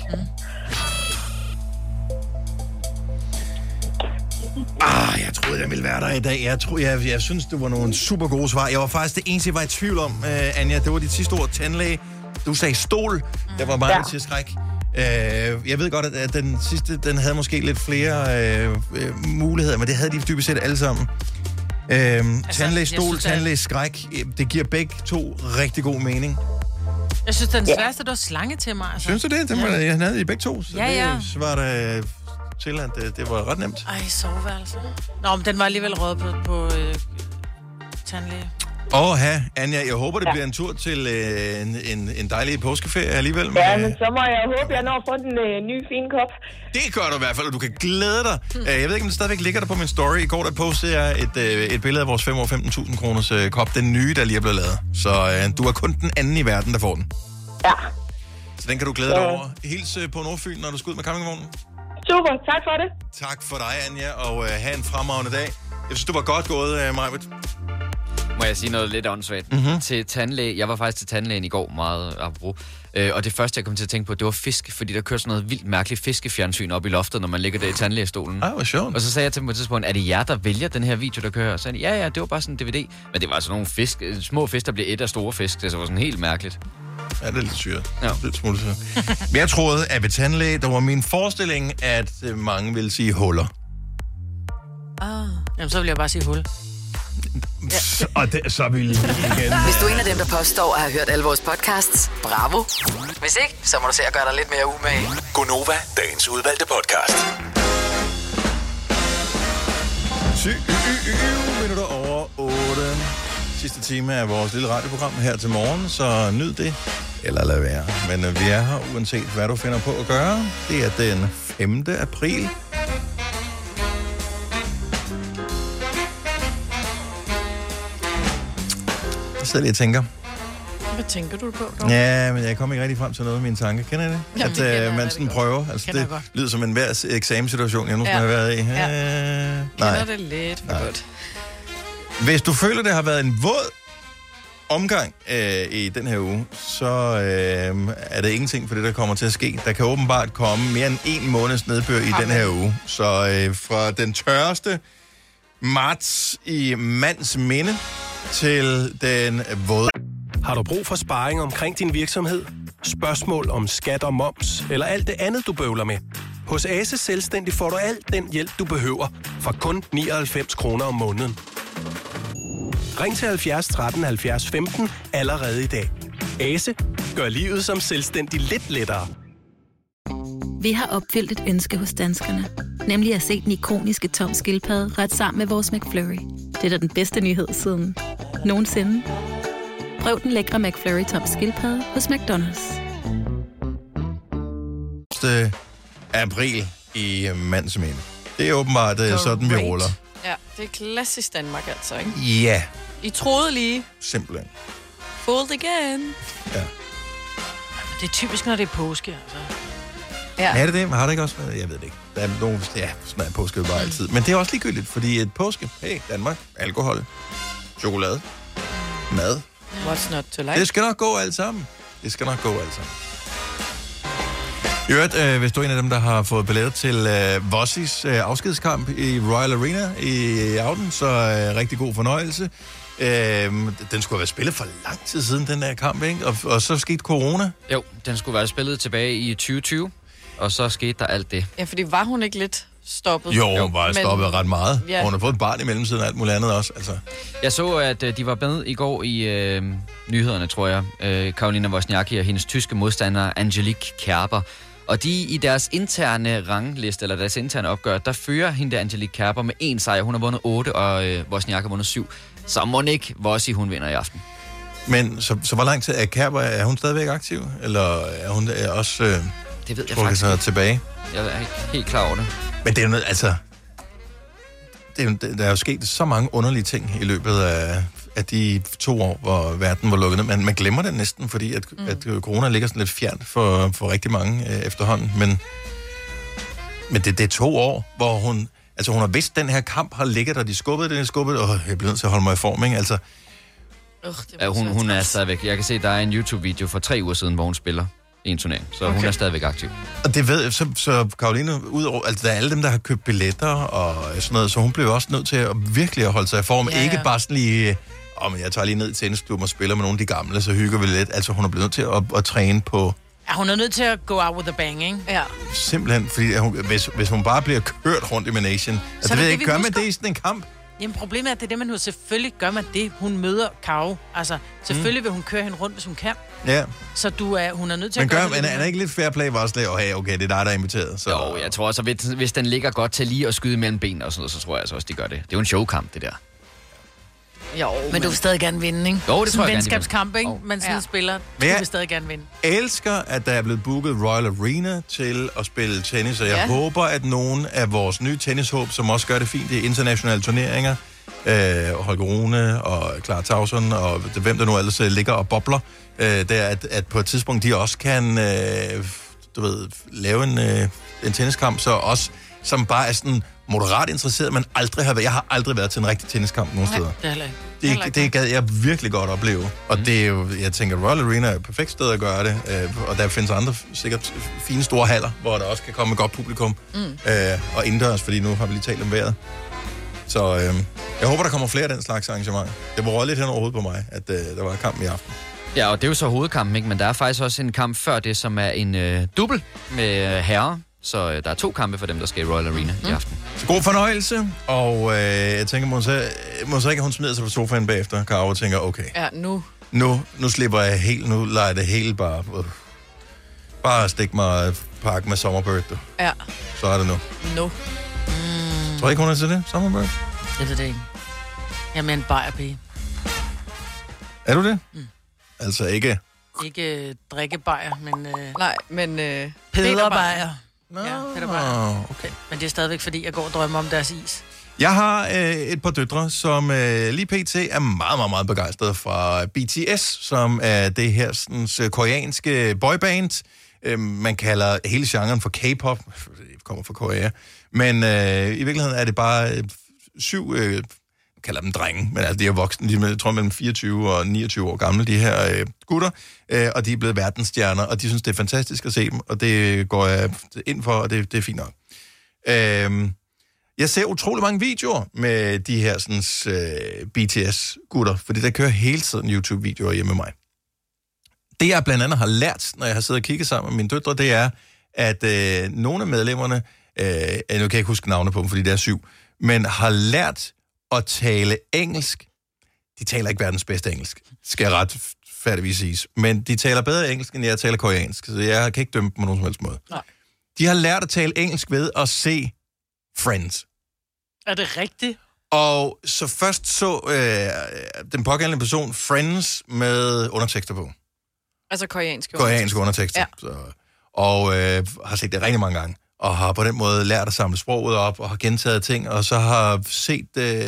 Jeg troede, jeg ville være der i dag. Jeg synes, det var nogle super gode svar. Jeg var faktisk det eneste, jeg var i tvivl om, Anja. Det var dit sidste ord, tandlæge. Du sagde stol. Der var meget til skræk. Jeg ved godt, at den sidste, den havde måske lidt flere muligheder, men det havde de dybest set alle sammen. Tandlæge, stol, tandlæge, skræk. Det giver begge to rigtig god mening. Jeg synes, den sværeste, det var slangetæmmer. Altså. Synes du det? Jeg havde i begge to. Så ja. Det var det til, at det var ret nemt. Ej, soveværelse. Nå, men den var alligevel rød på tandlæge. Anja, jeg håber, det bliver en tur til en dejlig påskeferie alligevel. Ja, men så må jeg håbe, jeg når at få den nye fine kop. Det gør du i hvert fald, og du kan glæde dig. Jeg ved ikke, om det stadigvæk ligger der på min story. I går der postede jeg et billede af vores 5 år 15.000 kroners kop. Den nye, der lige er blevet lavet. Så du er kun den anden i verden, der får den. Ja. Så den kan du glæde dig over. Hils på Nordfyn, når du skal ud med campingvognen. Super, tak for det. Tak for dig, Anja, og have en fremragende dag. Jeg synes, det var godt gået, Majbet. Må jeg sige noget lidt åndssvagt? Til tandlæge. Jeg var faktisk til tandlægen i går, meget apropos. Og det første, jeg kom til at tænke på, det var fisk, fordi der kører sådan noget vildt mærkeligt fiskefjernsyn op i loftet, når man ligger der i tandlægestolen. Hvor sjovt. Og så sagde jeg til dem på et tidspunkt, er det jer, der vælger den her video, der kører? Og så sagde de, ja, det var bare sådan en DVD. Men det var altså nogle små fisk, der blev et af store fisk. Det var sådan helt mærkeligt. Ja, det er lidt syret. Ja. Lidt smule syret. Men jeg troede, at ved tandlæge, der var min forestilling, at mange ville sige huller. Jamen, så vil jeg bare sige hul. Ja. Og så vil igen. Hvis du er en af dem, der påstår at have hørt alle vores podcasts, bravo. Hvis ikke, så må du se at gøre dig lidt mere umage. Gonova, dagens udvalgte podcast. 7 minutter over 8. Sidste time af vores lille radioprogram her til morgen, så nyd det, eller lad være. Men vi er her, uanset hvad du finder på at gøre. Det er den 5. april. Jeg sidder lige og tænker. Hvad tænker du på, dog? Ja, men jeg kommer ikke rigtig frem til noget af mine tanker. Kender I det? Jamen, at man sådan prøver. Altså, det lyder som en hver eksamenssituation, jeg nu skal have været i. Kender det lidt for godt. Hvis du føler, det har været en våd omgang i den her uge, så er det ingenting for det, der kommer til at ske. Der kan åbenbart komme mere end 1 måneds nedbør i den her uge. Så fra den tørreste marts i mands minde til den våde. Har du brug for sparring omkring din virksomhed? Spørgsmål om skat og moms, eller alt det andet, du bøvler med? Hos Ase Selvstændig får du alt den hjælp, du behøver, for kun 99 kroner om måneden. Ring til 70 13 70 15 allerede i dag. Ase gør livet som selvstændig lidt lettere. Vi har opfyldt et ønske hos danskerne. Nemlig at se den ikoniske tom skildpadde ret sammen med vores McFlurry. Det er da den bedste nyhed siden nogensinde. Prøv den lækre McFlurry tom skildpadde hos McDonald's. April i mands minde. Det er åbenbart sådan, vi ruller. Ja, det er klassisk Danmark altså, ikke? Ja. I troede lige. Simpelthen. Fooled again. Ja. Det er typisk, når det er påske, altså. Ja. Er det det? Har det ikke også været? Jeg ved det ikke. Der er nogen, ja, sådan er påske bare altid. Men det er også ligegyldigt, fordi et påske, hey, Danmark, alkohol, chokolade, mad. What's not to like? Det skal nok gå alt sammen. Det skal nok gå alt sammen. I øvrigt, hvis du er en af dem, der har fået billetter til Vossis afskedskamp i Royal Arena i aften, så rigtig god fornøjelse. Den skulle have været spillet for lang tid siden, den der kamp, ikke? Og så skete corona. Jo, den skulle være spillet tilbage i 2020, og så skete der alt det. Ja, fordi var hun ikke lidt stoppet? Jo, hun var stoppet ret meget. Ja. Hun har fået et barn i mellemtiden og alt muligt andet også. Altså. Jeg så, at de var med i går i nyhederne, tror jeg. Karolina Wozniacki og hendes tyske modstander Angelique Kerber. Og de i deres interne rangliste, eller deres interne opgør, der fører hende der Angelique Kerber med 1 sejr. Hun har vundet 8, og Wozniacki har vundet 7. Så må ikke Vossi, hun vinder i aften. Men så hvor lang tid er Kerber? Er hun stadigvæk aktiv? Eller er hun også det ved jeg faktisk sig tilbage? Jeg er ikke helt klar over det. Men det er jo noget, altså... Der er jo sket så mange underlige ting i løbet af de 2 år, hvor verden var lukket ned. Man glemmer det næsten, fordi at corona ligger sådan lidt fjernt for rigtig mange efterhånden. Men det er 2 år, hvor hun... Altså hun har vidst, at den her kamp har ligget, og de skubbede, jeg bliver nødt til at holde mig i form, ikke? Altså... Hun er stadigvæk... Jeg kan se, der er en YouTube-video for 3 uger siden, hvor hun spiller i en turnering. Så hun er stadigvæk aktiv. Og det ved så Karoline, udover, altså der er alle dem, der har købt billetter og sådan noget, så hun blev også nødt til at virkelig at holde sig i form. Ja. Ikke bare sådan lige, men jeg tager lige ned i tennisklubben og spiller med nogle af de gamle, så hygger vi lidt. Altså hun er blevet nødt til at træne på... Ja, hun er nødt til at go out with a bang, ikke? Ja. Simpelthen, fordi hvis hun bare bliver kørt rundt i Managen, altså det ved jeg ikke, gør man det i sådan en kamp? Jamen problemet er, at det er det, man nu selvfølgelig gør man det. Hun møder Karo. Altså, selvfølgelig vil hun køre hende rundt, hvis hun kan. Ja. Så hun er nødt til at gøre det. Men er ikke lidt fair play var også okay, det er dig, der er inviteret. Så... Jo, jeg tror også, hvis den ligger godt til lige at skyde mellem benene og sådan noget, så tror jeg altså også, de gør det. Det er jo en showkamp, det der. Jo, men du vil stadig gerne vinde, ikke? Jo, det tror jeg gerne. En venskabskamp, ikke? Man sådan spiller, du vil stadig gerne vinde. Jeg elsker, at der er blevet booket Royal Arena til at spille tennis, og jeg håber, at nogen af vores nye tennishåb, som også gør det fint i internationale turneringer, Holger Rune og Clara Tauson, og hvem der nu ellers ligger og bobler, der at på et tidspunkt de også kan lave en tenniskamp, så også som bare er sådan moderat interesseret, men jeg har aldrig været til en rigtig tenniskamp nogen steder. Det gad jeg virkelig godt opleve. Og det er jo, jeg tænker, Royal Arena er et perfekt sted at gøre det, og der findes andre sikkert fine store haller, hvor der også kan komme et godt publikum, og indendørs, fordi nu har vi lige talt om vejret. Så jeg håber, der kommer flere af den slags arrangementer. Det var røget lidt hen over hovedet på mig, at der var en kamp i aften. Ja, og det er jo så hovedkampen, ikke? Men der er faktisk også en kamp før det, som er en dubbel med herrer. Så der er 2 kampe for dem, der skal i Royal Arena i aften. Så god fornøjelse, og jeg tænker, måske ikke, at hun smider sig på sofaen bagefter. Karo og tænker, okay. Ja, Nu slipper jeg helt, nu lader jeg det hele bare... Bare stik mig pakke med Summerbird, du. Ja. Så er det nu. Tror du ikke, hun er til det, Summerbird? Jeg ved det ikke. Jeg er en bajerpige. Er du det? Altså ikke... Ikke drikkebajer, men... Nej, men... Pederbajer. Ja, okay. Men det er stadigvæk, fordi jeg går og drømmer om deres is. Jeg har et par døtre, som lige pt. Er meget, meget, meget begejstrede fra BTS, som er det her sådan, koreanske boyband. Man kalder hele genren for K-pop. Det kommer fra Korea. Men i virkeligheden er det bare 7... kalder dem drenge, men altså de er voksne, de er, tror jeg, mellem 24 og 29 år gamle, de her gutter, og de er blevet verdensstjerner, og de synes, det er fantastisk at se dem, og det går jeg ind for, og det er fint nok. Jeg ser utrolig mange videoer med de her BTS-gutter, fordi der kører hele tiden YouTube-videoer hjemme med mig. Det, jeg blandt andet har lært, når jeg har siddet og kigget sammen med mine døtre, det er, at nogle af medlemmerne, nu kan jeg ikke huske navne på dem, fordi det er 7, men har lært at tale engelsk. De taler ikke verdens bedste engelsk, skal jeg retfærdigvis siges. Men de taler bedre engelsk, end jeg taler koreansk, så jeg kan ikke dømme dem på nogen som helst måde. Nej. De har lært at tale engelsk ved at se Friends. Er det rigtigt? Og så først så den pågældende person Friends med undertekster på. Altså koreanske undertekster. Ja. Og har set det rigtig mange gange. Og har på den måde lært at samle sproget op, og har gentaget ting, og så har set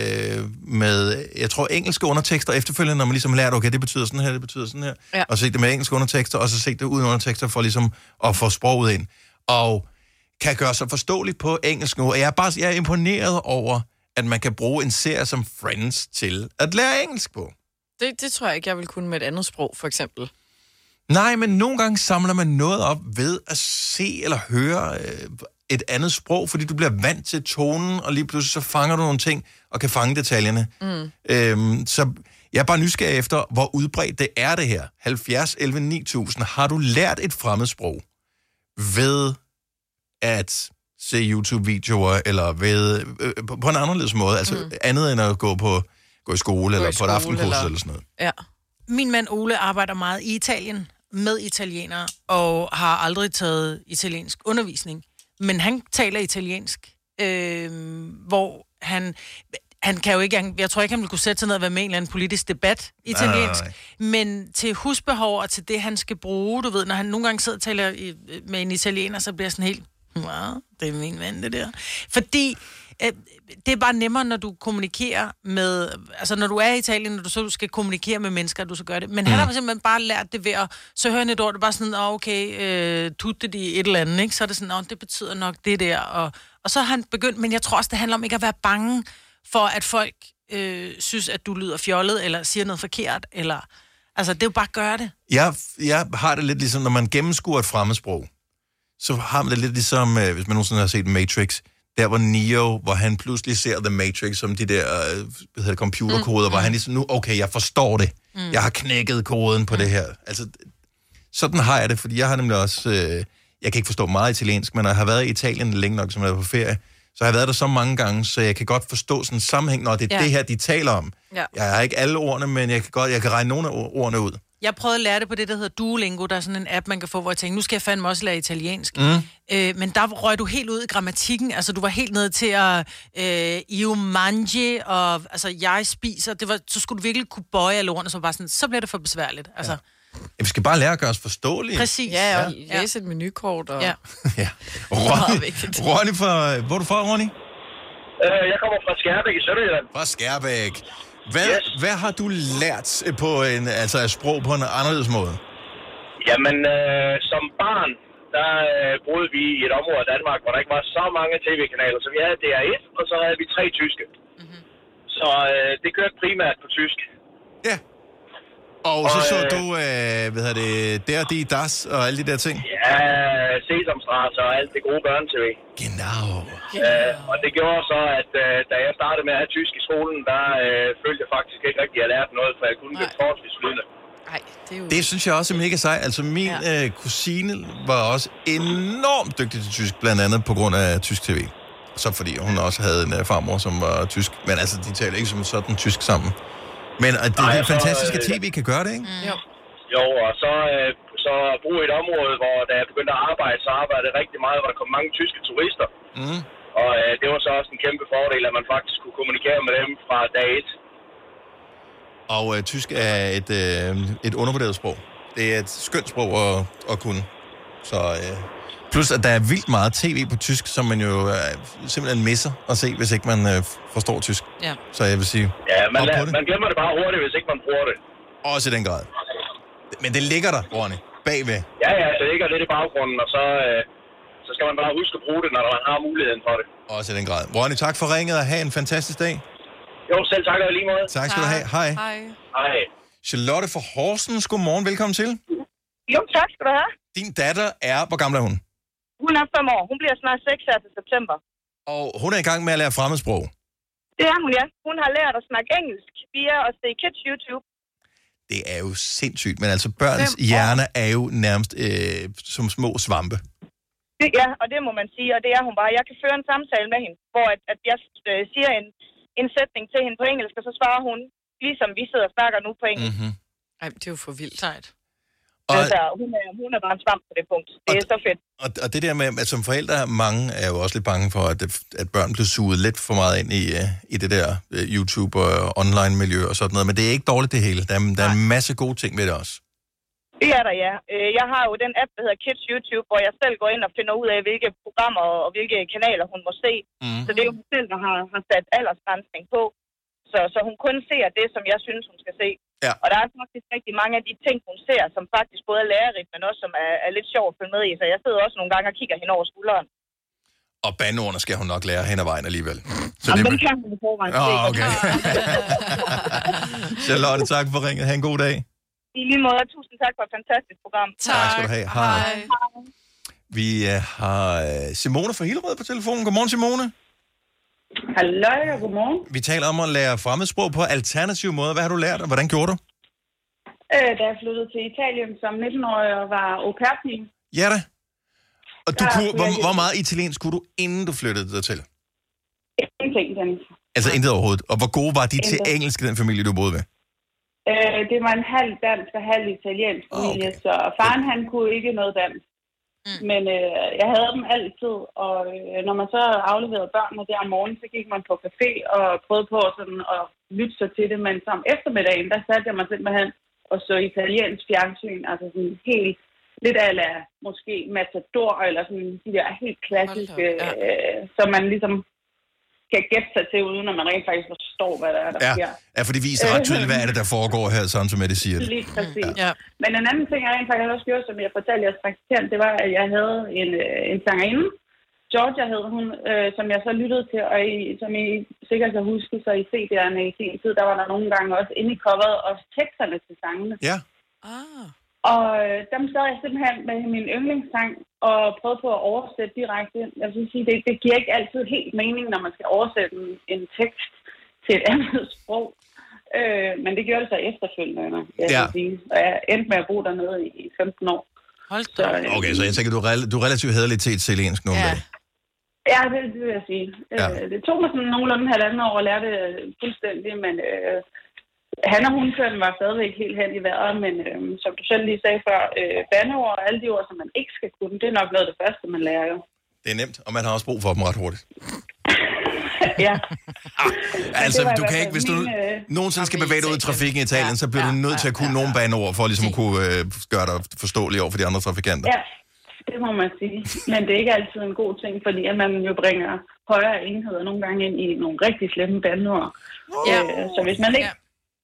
med, jeg tror, engelske undertekster efterfølgende, når man ligesom har lært, okay, det betyder sådan her, det betyder sådan her. Ja. Og set det med engelske undertekster, og så set det uden undertekster, for ligesom at få sproget ind. Og kan gøre sig forståeligt på engelsk nu. Og jeg er imponeret over, at man kan bruge en serie som Friends til at lære engelsk på. Det tror jeg ikke, jeg vil kunne med et andet sprog, for eksempel. Nej, men nogle gange samler man noget op ved at se eller høre et andet sprog, fordi du bliver vant til tonen, og lige pludselig så fanger du nogle ting, og kan fange detaljerne. Så jeg er bare nysgerrig efter, hvor udbredt det er det her. 70, 11, 9000. Har du lært et fremmedsprog ved at se YouTube-videoer, eller ved på en anderledes måde, altså andet end at gå i skole, eller på et aftenkursus, eller sådan noget? Ja. Min mand Ole arbejder meget i Italien med italienere, og har aldrig taget italiensk undervisning. Men han taler italiensk, hvor han kan jo ikke, jeg tror ikke, han vil kunne sætte sig ned og være med en eller anden politisk debat italiensk, men til husbehov og til det, han skal bruge, du ved, når han nogle gange sidder og taler med en italiener, så bliver sådan helt, wow, det er min ven, det der. Fordi det er bare nemmere, når du kommunikerer med, altså når du er i Italien, når du så skal kommunikere med mennesker, at du så gør det. Men han har simpelthen bare lært det ved at, så hører han et ord, det er bare sådan, okay, tutte de et eller andet, ikke? Så er det sådan, det betyder nok det der, og så har han begyndt, men jeg tror også, det handler om ikke at være bange for, at folk synes, at du lyder fjollet, eller siger noget forkert, eller, altså det er jo bare at gøre det. Jeg har det lidt ligesom, når man gennemskuer et fremmedsprog, så har man det lidt ligesom, hvis man nogensinde har set Matrix, der var Neo, hvor han pludselig ser The Matrix som de der computerkoder, hvor han ligesom nu, okay, jeg forstår det. Jeg har knækket koden på det her. Altså, sådan har jeg det, fordi jeg har nemlig også, jeg kan ikke forstå meget italiensk, men når jeg har været i Italien længe nok, som jeg er på ferie, så har jeg været der så mange gange, så jeg kan godt forstå sådan en sammenhæng, når det er det her, de taler om. Ja. Jeg har ikke alle ordene, men jeg kan regne nogle af ordene ud. Jeg prøvede at lære det på det, der hedder Duolingo. Der er sådan en app, man kan få, hvor jeg tænkte, nu skal jeg fandme også lære italiensk. Men der røg du helt ud i grammatikken. Altså, du var helt nede til at io mangi, og altså, jeg spiser. Så skulle du virkelig kunne bøje alle ordene, så bare sådan, så bliver det for besværligt. Altså. Ja. Vi skal bare lære at gøre os forståelige. Præcis. Ja, og læse et menukort. Og... Ja. Ronny, hvor er du fra, Ronny? Jeg kommer fra Skærbæk i Sønderjylland. Fra Skærbæk. Hvad har du lært på et sprog på en anderledes måde? Jamen, som barn, der boede vi i et område af Danmark, hvor der ikke var så mange tv-kanaler. Så vi havde DR1, og så havde vi 3 tyske. Så det kørte primært på tysk. Ja. Og så du, Der, Die, Das og alle de der ting? Ja, Sesamstraße og alt det gode børne-tv. Genau. Og det gjorde så, at da jeg startede med at have tysk i skolen, der følte jeg faktisk ikke rigtig, at jeg lærte noget, for jeg kunne ikke forholdsvis flydende. Det synes jeg også er mega sej. Altså min kusine var også enormt dygtig til tysk, blandt andet på grund af tysk tv. Så fordi hun også havde en farmor, som var tysk. Men altså, de taler ikke som sådan tysk sammen. Men det er fantastisk, at tv kan gøre det, ikke? Jo, og så bo i et område, hvor da jeg begyndte at arbejde, så arbejdede jeg rigtig meget, hvor der kom mange tyske turister. Og det var så også en kæmpe fordel, at man faktisk kunne kommunikere med dem fra dag 1. Og tysk er et undervurderet sprog. Det er et skønt sprog at kunne. Så plus, at der er vildt meget tv på tysk, som man jo simpelthen misser at se, hvis ikke man forstår tysk. Ja. Så jeg vil sige... Ja, man glemmer det bare hurtigt, hvis ikke man bruger det. Også i den grad. Men det ligger der, Ronny, bagved. Ja, det ligger lidt i baggrunden, og så skal man bare huske at bruge det, når man har muligheden for det. Også i den grad. Ronny, tak for ringet, og have en fantastisk dag. Jo, selv tak og lige måde. Tak skal du have. Hej. Hej. Charlotte fra Horsens, godmorgen. Velkommen til. Jo, tak skal du have. Din datter er... Hvor gammel er hun? Hun er 5 år. Hun bliver snart 6 her til september. Og hun er i gang med at lære fremmedsprog. Det er hun, ja. Hun har lært at snakke engelsk via at se Kids YouTube. Det er jo sindssygt, men altså børns hjerner er jo nærmest som små svampe. Ja, og det må man sige, og det er hun bare. Jeg kan føre en samtale med hende, hvor at jeg siger en sætning til hende på engelsk, og så svarer hun, ligesom vi sidder og snakker nu på engelsk. Mm-hmm. Ej, det er jo for vildt sejt. Altså, hun er bare en svamp på det punkt. Det er så fedt. Og det der med, at som forældre, mange er jo også lidt bange for, at børn bliver suget lidt for meget ind i det der YouTube og online-miljø og sådan noget. Men det er ikke dårligt det hele. Der er en masse gode ting ved det også. Det er der, ja. Jeg har jo den app, der hedder Kids YouTube, hvor jeg selv går ind og finder ud af, hvilke programmer og hvilke kanaler hun må se. Mm. Så det er jo hun selv, der har sat aldersgrænsning på. Så hun kun ser det, som jeg synes, hun skal se. Ja. Og der er faktisk rigtig mange af de ting, hun ser, som faktisk både er lærerigt, men også som er lidt sjovt at følge med i. Så jeg sidder også nogle gange og kigger hende over skulderen. Og bandordene skal hun nok lære hen ad vejen alligevel. Så det kan hun i forvejen. Okay. Charlotte, tak for ringet. Ha' en god dag. I lige måde. Tusind tak for et fantastisk program. Tak skal du have. Hej. Vi har Simone fra Hillerød på telefonen. Godmorgen, Simone. Hallo, godmorgen. Vi taler om at lære fremmedsprog på alternative måder. Hvad har du lært, og hvordan gjorde du? Da jeg flyttede til Italien som 19-årig og var au pair-pige. Ja da. Og du hvor meget italiensk kunne du, inden du flyttede dig til? Ingenting, Dennis. Altså intet overhovedet. Og hvor gode var de til engelsk, den familie, du boede med? Det var en halv dansk og halv italiensk familie, så faren han kunne ikke noget dansk. Men jeg havde dem altid, og når man så afleverede børnene der om morgenen, så gik man på café og prøvede på sådan at lytte sig til det. Men som eftermiddagen, der satte jeg mig simpelthen og så italiensk fjernsyn, altså sådan helt lidt ala måske Matador, eller sådan de der helt klassiske, som man ligesom kan gætte sig til, uden at man rent faktisk forstår, hvad der sker. Ja, for det viser ret tydeligt, hvad er det, der foregår her, sådan som det siger det. Lige præcis. Ja. Men en anden ting, jeg rent faktisk også gjorde, som jeg fortalte jeres praktiserende, det var, at jeg havde en sangerinde, Georgia hed hun, som jeg så lyttede til, og som I sikkert kan huske, så i CD'erne i sin tid, der var der nogle gange også inde i coveret, også teksterne til sangene. Ja. Og dem sad jeg simpelthen med min yndlingssang og prøvede på at oversætte direkte. Jeg vil sige, det giver ikke altid helt mening, når man skal oversætte en tekst til et andet sprog. Men det gjorde det så efterfølgende, jeg vil sige. Og jeg endte med at bo dernede i 15 år. Hold da. Okay, så jeg tænker, du er relativt hæderlig til italiensk nogle dage. Ja, det vil jeg sige. Det tog mig sådan nogenlunde 1,5 år at lære det fuldstændig, men han og hun var stadigvæk helt hen i vejret, men som du selv lige sagde før, bandeord og alle de ord, som man ikke skal kunne, det er nok noget af det første, man lærer jo. Det er nemt, og man har også brug for dem ret hurtigt. Ja. Altså, du kan ikke, hvis du nogensinde skal bevæge dig ud i trafikken i Italien, så bliver du nødt til at kunne nogle baneord, for ligesom at kunne gøre dig forståelig over for de andre trafikanter. Ja, det må man sige. Men det er ikke altid en god ting, fordi at man jo bringer højere enheder nogle gange ind i nogle rigtig slemme baneord. Ja. Så hvis man ikke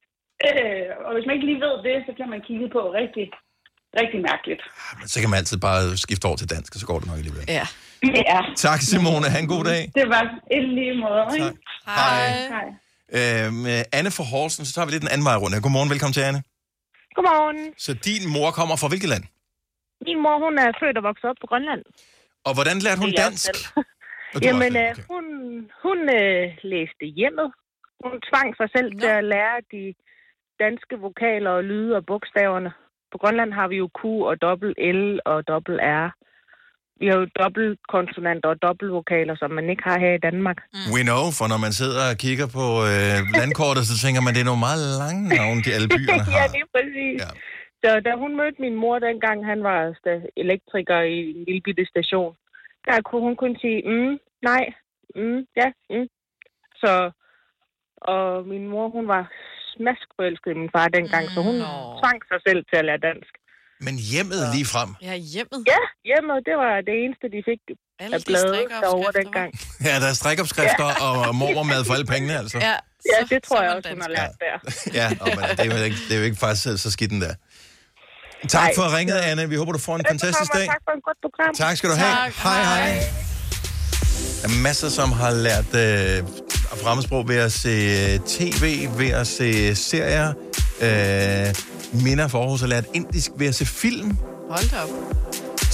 og hvis man ikke lige ved det, så kan man kigge på rigtig, rigtig mærkeligt. Men så kan man altid bare skifte over til dansk, og så går det nok alligevel. Ja. Tak, Simone. Ha' en god dag. Det var en lige måde. Tak. Hej. Anne fra Horsens, så tager vi lidt en anden vej rundt her. Godmorgen, velkommen til Anne. Godmorgen. Så din mor kommer fra hvilket land? Min mor, hun er født og vokset op på Grønland. Og hvordan lærte hun dansk? Jamen, hun læste hjemmet. Hun tvang sig selv til at lære de danske vokaler og lyde og bogstaverne. På Grønland har vi jo Q og dobbelt L og dobbelt R. Vi har jo dobbeltkonsonanter og dobbeltvokaler, som man ikke har her i Danmark. We know, for når man sidder og kigger på landkortet, så tænker man, det er nogle meget lange navne, de alle byerne har. Ja, lige præcis. Ja. Så da hun mødte min mor dengang, han var elektriker i en lille bitte station, der kunne hun kun sige, nej, ja, Så, og min mor, hun var smaskforelsket i min far dengang, så hun tvang sig selv til at lære dansk. Men hjemmet lige frem? Ja, hjemmet. Ja, hjemmet, det var det eneste, de fik af blade derovre dengang. Ja, der er strikopskrifter og mormormad for alle pengene, altså. Ja, det tror jeg også, hun har lært der. Ja, men det er jo ikke faktisk så skidt den der. Tak for ringet, Anne. Vi håber, du får en fantastisk dag. Tak for et godt program. Tak skal du have. Hej. Der er masser, som har lært fremmedsprog ved at se tv, ved at se serier. Minder for Aarhus har lært indisk ved at se film. Hold da op.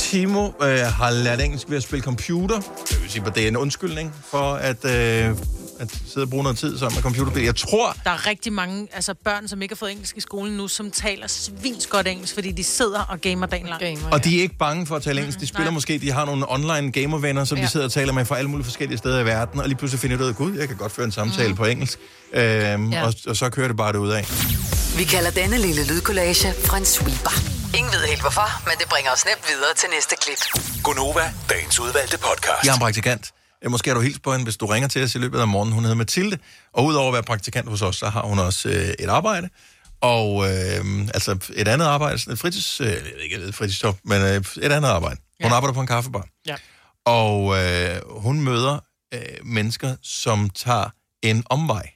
Timo har lært engelsk ved at spille computer. Jeg vil sige, at det er en undskyldning for at sidde og bruge noget tid sammen med computerspil. Jeg tror... Der er rigtig mange børn, som ikke har fået engelsk i skolen nu, som taler svinsgodt engelsk, fordi de sidder og gamer dagen lang. Og de er ikke bange for at tale engelsk. De spiller måske, de har nogle online gamervenner, som de sidder og taler med fra alle mulige forskellige steder i verden, og lige pludselig finder ud af, gud, jeg kan godt føre en samtale på engelsk. Og så kører det bare derudad. Vi kalder denne lille lydkollage en sweeper. Ingen ved helt hvorfor, men det bringer os nemt videre til næste klip. Gonova, dagens udvalgte podcast. Jeg er en praktikant. Måske er du helt på hende, hvis du ringer til os i løbet af morgenen. Hun hedder Mathilde, og udover at være praktikant hos os, så har hun også et arbejde. Og altså et andet arbejde, et fritidsjob, men et andet arbejde. Hun arbejder på en kaffebar. Ja. Og hun møder mennesker, som tager en omvej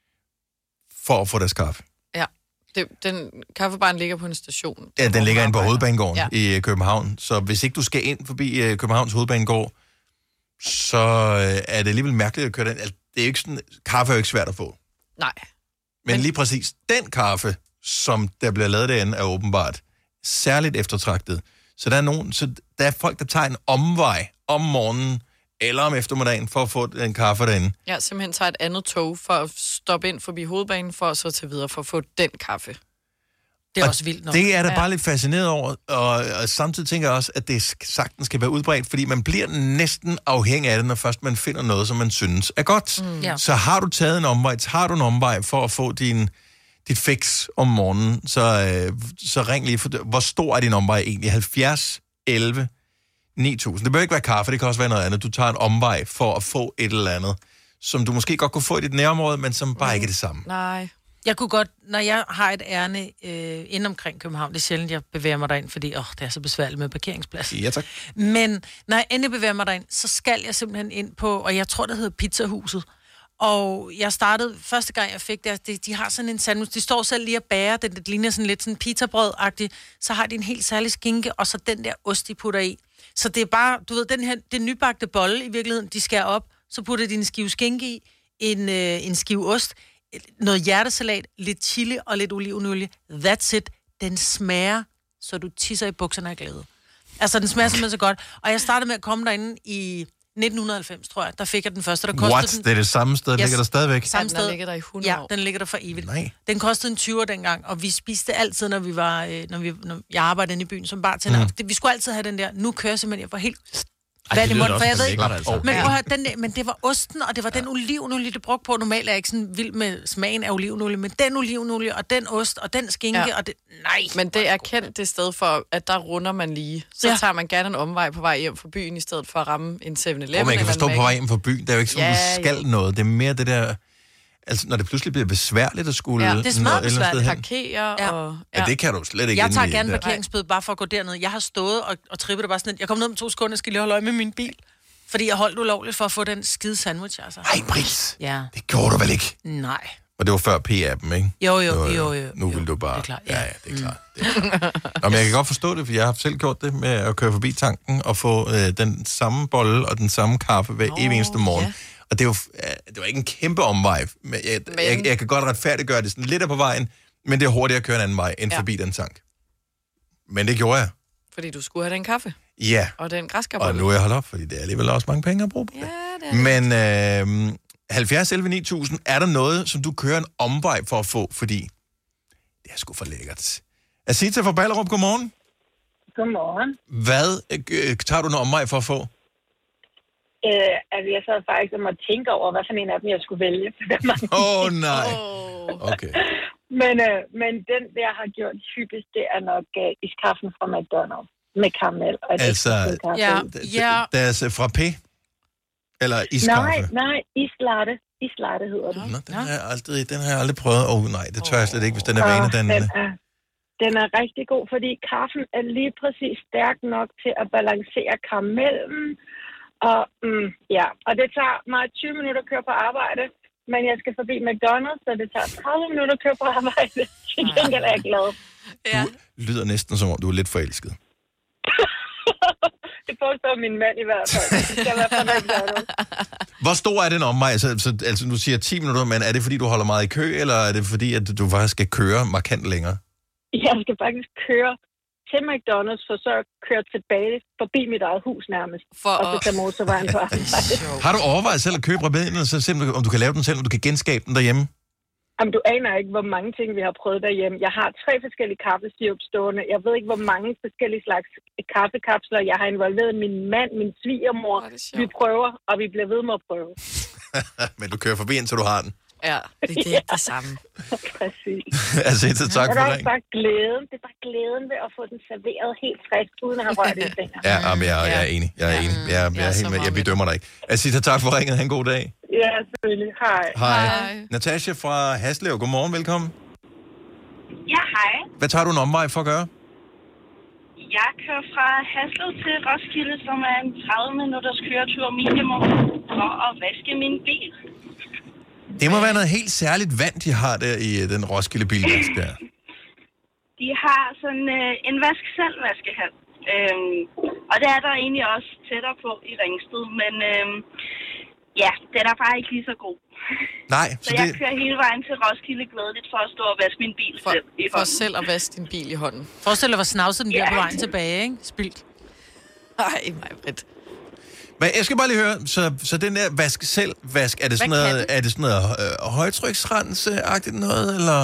for at få deres kaffe. Ja, den kaffebaren ligger på en station. Ja, den ligger inde på Hovedbanegården i København. Så hvis ikke du skal ind forbi Københavns Hovedbanegård, så er det alligevel mærkeligt at køre den. Altså, det er jo ikke sådan, kaffe er jo ikke svært at få. Nej. Men lige præcis den kaffe, som der bliver lavet derinde, er åbenbart særligt eftertragtet. Så der er folk, der tager en omvej om morgenen eller om eftermiddagen for at få en kaffe derinde. Ja, simpelthen tager et andet tog for at stoppe ind forbi Hovedbanen for at så til videre for at få den kaffe. Det er også vildt nok. Det er da bare lidt fascineret over, og samtidig tænker jeg også, at det sagtens skal være udbredt, fordi man bliver næsten afhængig af det, når først man finder noget, som man synes er godt. Ja. Så har du taget en omvej, for at få dit fix om morgenen, så ring lige. Hvor stor er din omvej egentlig? 70, 11, 9000. Det bør ikke være kaffe, det kan også være noget andet. Du tager en omvej for at få et eller andet, som du måske godt kunne få i dit nærområde, men som bare ikke er det samme. Nej. Jeg kunne godt, når jeg har et ærne inde omkring København, det er sjældent, jeg bevæger mig derind, fordi det er så besværligt med parkeringsplads. Ja, tak. Men når jeg endelig bevæger mig derind, så skal jeg simpelthen ind på, og jeg tror, det hedder Pizzahuset. Og jeg startede, første gang jeg fik det, de har sådan en sandwich, de står selv lige og bager, det ligner sådan lidt sådan pizzabrød-agtigt, så har de en helt særlig skinke, og så den der ost, de putter i. Så det er bare, du ved, den nybagte bolle i virkeligheden, de skærer op, så putter de en skive skinke i, en skive ost, noget hjertesalat, lidt chili og lidt olivenolie. That's it. Den smager, så du tisser i bukserne af glæde. Altså, den smager simpelthen så godt. Og jeg startede med at komme derinde i 1990, tror jeg. Der fik jeg den første. Der kostede What? Det er det samme sted? Ligger der stadigvæk? Samme sted. Den ligger der i 100 år. Ja, den ligger der for evigt. Nej. Den kostede en 20'er dengang, og vi spiste altid, når jeg arbejdede inde i byen som bartender. Vi skulle altid have den der. Nu kører jeg simpelthen, jeg var helt... Hvad er det munden? For jeg ved ikke. Men prøv at høre, men det var osten, og det var den olivenolie, det brugte på. Normalt er jeg ikke sådan vild med smagen af olivenolie, men den olivenolie, og den ost, og den skinke, og det... Nej. Men det er kendt det sted for, at der runder man lige. Så tager man gerne en omvej på vej hjem fra byen, i stedet for at ramme en 7-Eleven. Og man kan forstå på vej hjem fra byen, det er jo ikke sådan, du skal noget. Det er mere det der... Altså, når det pludselig bliver besværligt at skulle... Ja, det er meget besværligt. Parkere og... Ja, det kan du slet ikke. Jeg tager gerne parkeringsbøde bare for at gå derned. Jeg har stået og trippet der bare sådan, jeg kom ned om 2 sekunder, skal lige holde øje med min bil. Fordi jeg holdt ulovligt for at få den skide sandwich, altså. Ej, Britt. Ja. Det gjorde du vel ikke? Nej. Og det var før P-appen, ikke? Jo. Nu vil du bare... Det er klart, ja, det er klart. Nå, men jeg kan godt forstå det, for jeg har selv gjort det med at køre forbi tanken og få den samme bolle og den samme kaffe hver evig eneste morgen. Ja. Og det var ikke en kæmpe omvej. Men jeg kan godt retfærdiggøre det sådan lidt af på vejen, men det er hurtigere at køre en anden vej end forbi den tank. Men det gjorde jeg. Fordi du skulle have den kaffe. Ja. Og den græskarbolle. Og nu er jeg holdt op, fordi det er alligevel også mange penge at bruge på det. Ja, det er men 70 11 9000, er der noget, som du kører en omvej for at få? Fordi det er sgu for lækkert. Asita fra Ballerup, godmorgen. Godmorgen. Hvad tager du en omvej for at få? Altså, jeg sad faktisk og måtte tænke over, hvad for en af dem, jeg skulle vælge. Nej. Okay. Men den, jeg har gjort typisk, det er nok iskaffen fra McDonald's med karamel. Altså, der er fra P? Eller iskaffe? Nej, islatte. Islatte hedder det. Nå, den har jeg aldrig prøvet. Nej, det tør jeg slet ikke, hvis den er vanedannende. Den er rigtig god, fordi kaffen er lige præcis stærk nok til at balancere karamellen. Og det tager mig 20 minutter at køre på arbejde, men jeg skal forbi McDonald's, så det tager 30 minutter at køre på arbejde. Til gengæld er jeg glad. Du lyder næsten som om, du er lidt forelsket. Det påstår min mand i hvert fald. Det skal være fra McDonald's. Hvor stor er den omvej? Altså, du siger 10 minutter, men er det fordi, du holder meget i kø, eller er det fordi, at du faktisk skal køre markant længere? Jeg skal faktisk køre til McDonald's, for så at køre tilbage forbi mit eget hus nærmest. Og så tage motorvejen på arbejde. Har du overvejet selv at købe rødbeden, så simpelthen, om du kan lave den selv, om du kan genskabe den derhjemme? Jamen, du aner ikke, hvor mange ting vi har prøvet derhjemme. Jeg har 3 forskellige kaffesirup stående. Jeg ved ikke, hvor mange forskellige slags kaffekapsler. Jeg har involveret min mand, min svigermor. Vi prøver, og vi bliver ved med at prøve. Men du kører forbi, indtil du har den. Ja, det er ikke det samme. Præcis. Altså, tak for det. Det er bare glæden ved at få den serveret helt frisk, uden at have rørt i fingre. Ja, men jeg er enig. Jeg er enig. Jeg bedømmer dig ikke. Altså, tak for ringet. Ha' en god dag. Ja, selvfølgelig. Hej. Natasha fra Haslev. Godmorgen, velkommen. Ja, hej. Hvad tager du en omvej for at gøre? Jeg kører fra Haslev til Roskilde, som er en 30 minutters køretur minimum, for at vaske min bil. Det må være noget helt særligt vand, de har der i den Roskilde bilvask der. De har sådan en vask-selv-vaskehal. Og det er der egentlig også tættere på i Ringsted, men ja, den er bare ikke lige så god. Nej. Så jeg kører hele vejen til Roskilde glædeligt for at stå og vaske min bil selv i hånden. For selv at vaske din bil i hånden. Forestil dig, hvor snavset den bliver på vejen tilbage, ikke? Spildt. Nej, Maj-Brit. Men jeg skal bare lige høre, så den der vask, er det sådan noget højtryksrense-agtigt noget, eller?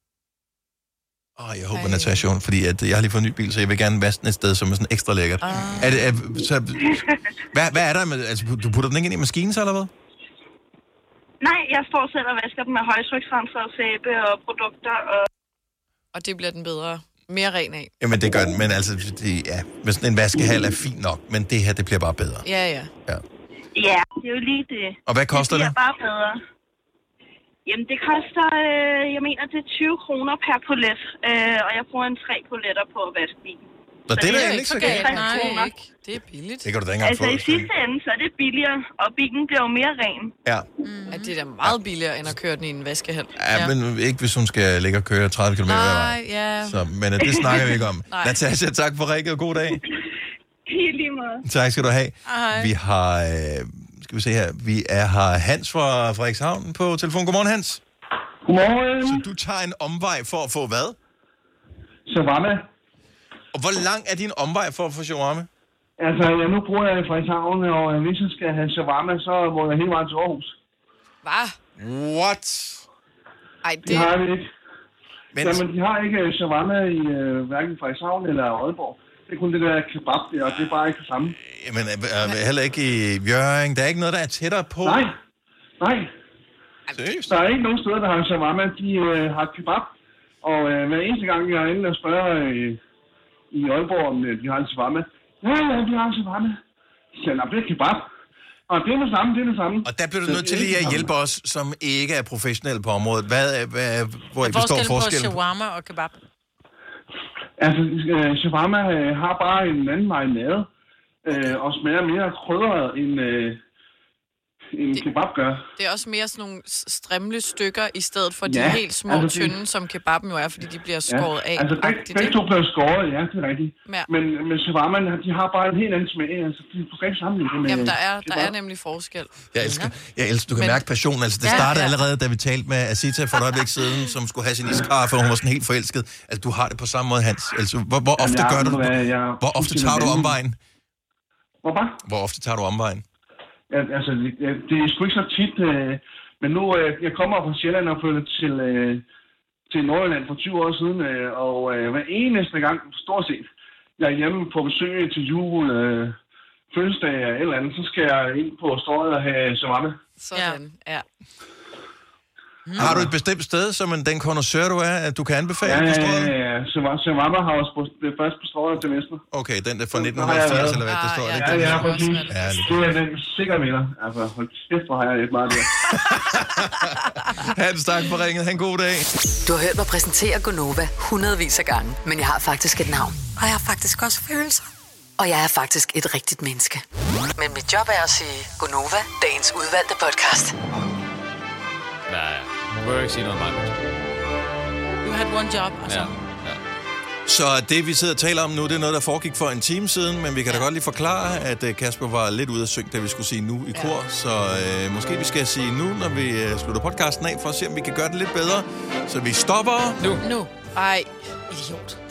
Jeg håber, Natasha, fordi jeg har lige fået en ny bil, så jeg vil gerne vaske den et sted, som er sådan ekstra lækkert. Hvad er der med, altså du putter den ikke ind i maskinen, så eller hvad? Nej, jeg står selv og vasker den med højtryksrenser og sæbe og produkter. Og det bliver den bedre. Mere ren af. Jamen, det gør den, men altså, men sådan en vaskehal er fint nok, men det her, det bliver bare bedre. Ja, det er jo lige det. Og hvad koster det? Det bliver bare bedre. Jamen, det koster, jeg mener, det er 20 kroner per polet, og jeg bruger 3 poletter på at vaske bilen. Nå, det er ikke så galt. Nej, ikke. Det er billigt. Det kan du da ikke engang få. Altså, i sidste ende, så er det billigere, og bilen bliver jo mere ren. Ja. Ja, det er da meget billigere, end at køre den i en vaskehal. Ja, men ikke hvis hun skal ligge og køre 30 km hver vej. Ja. Men det snakker vi ikke om. Natasha, tak for rækket, og god dag. I lige måde. Tak skal du have. Hej. Vi har, skal vi se her, har Hans fra Frederikshavn på telefon. Godmorgen, Hans. Godmorgen. Så du tager en omvej for at få hvad? Shawarma. Og hvor lang er din omvej for at få shawarma? Altså, nu bor jeg i Frederikshavn, og hvis jeg skal have shawarma, så må jeg hele vejen til Aarhus. Hvad? What? Ej, det har vi ikke. Jamen, de har ikke shawarma i hverken Frederikshavn eller Aalborg. Det er kun det der kebab der, og det er bare ikke det samme. Jamen, heller ikke i Hjørring. Der er ikke noget, der er tættere på? Nej. Seriøst? Der er ikke nogen steder, der har shawarma. De har kebab. Og hver eneste gang, jeg er inde og spørger i Aalborg, om de har en shawarma. Ja, de har en shawarma. Så det er kebab. Og det er det samme, Og der bliver du nødt til lige at hjælpe os, som ikke er professionelle på området. Hvor består forskellen? På shawarma og kebab? Altså, shawarma har bare en anden marinade, og smager mere krydret end kebab gør. Det er også mere sådan nogle strimlestykker, i stedet for de helt små tynde, som kebaben jo er, fordi de bliver skåret af. Altså, begge to bliver skåret, ja, det er rigtigt. Ja. Men shawarma, de har bare en helt anden smag. Altså, du kan ikke sammenligne det med... Jamen, der er nemlig forskel. Jeg elsker, du kan mærke passion. Altså, det startede allerede, da vi talte med Asita for et øjeblik siden, som skulle have sin iskaffe, og hun var sådan helt forelsket. Altså, du har det på samme måde, Hans. Altså, hvor ofte gør du det? Hvor ofte tager du omvejen? Hvor ofte tager du omvejen? Altså, det er sgu ikke så tit, men nu, jeg kommer fra Sjælland og flytter til Nordjylland for 20 år siden, og hver eneste gang, stort set, jeg er hjemme på besøg til jul, fødselsdag eller et eller andet, så skal jeg ind på strøget og have shawarma. Sådan, ja. Har du et bestemt sted, som den connoisseur du er, at du kan anbefale på strøget? Ja. Shawarma har også først på strøget til næsten. Okay, den der fra 1980, eller hvad der står? Ja, præcis. Det er den sikkert med dig. Altså, hold kæft, hvor har jeg lidt meget der. Hans, tak for ringet. Ha' en god dag. Du har hørt mig præsentere Gonova hundredvis af gange, men jeg har faktisk et navn. Og jeg har faktisk også følelser. Og jeg er faktisk et rigtigt menneske. Men mit job er at sige Gonova, dagens udvalgte podcast. Nej, du må jo ikke sige noget meget. You had one job, altså. Ja. Så det, vi sidder og taler om nu, det er noget, der foregik for en time siden, men vi kan da godt lige forklare, at Kasper var lidt ude af synk, da vi skulle sige nu i kor. Så måske vi skal sige nu, når vi slutter podcasten af, for at se, om vi kan gøre det lidt bedre. Så vi stopper nu. Ej, idiot.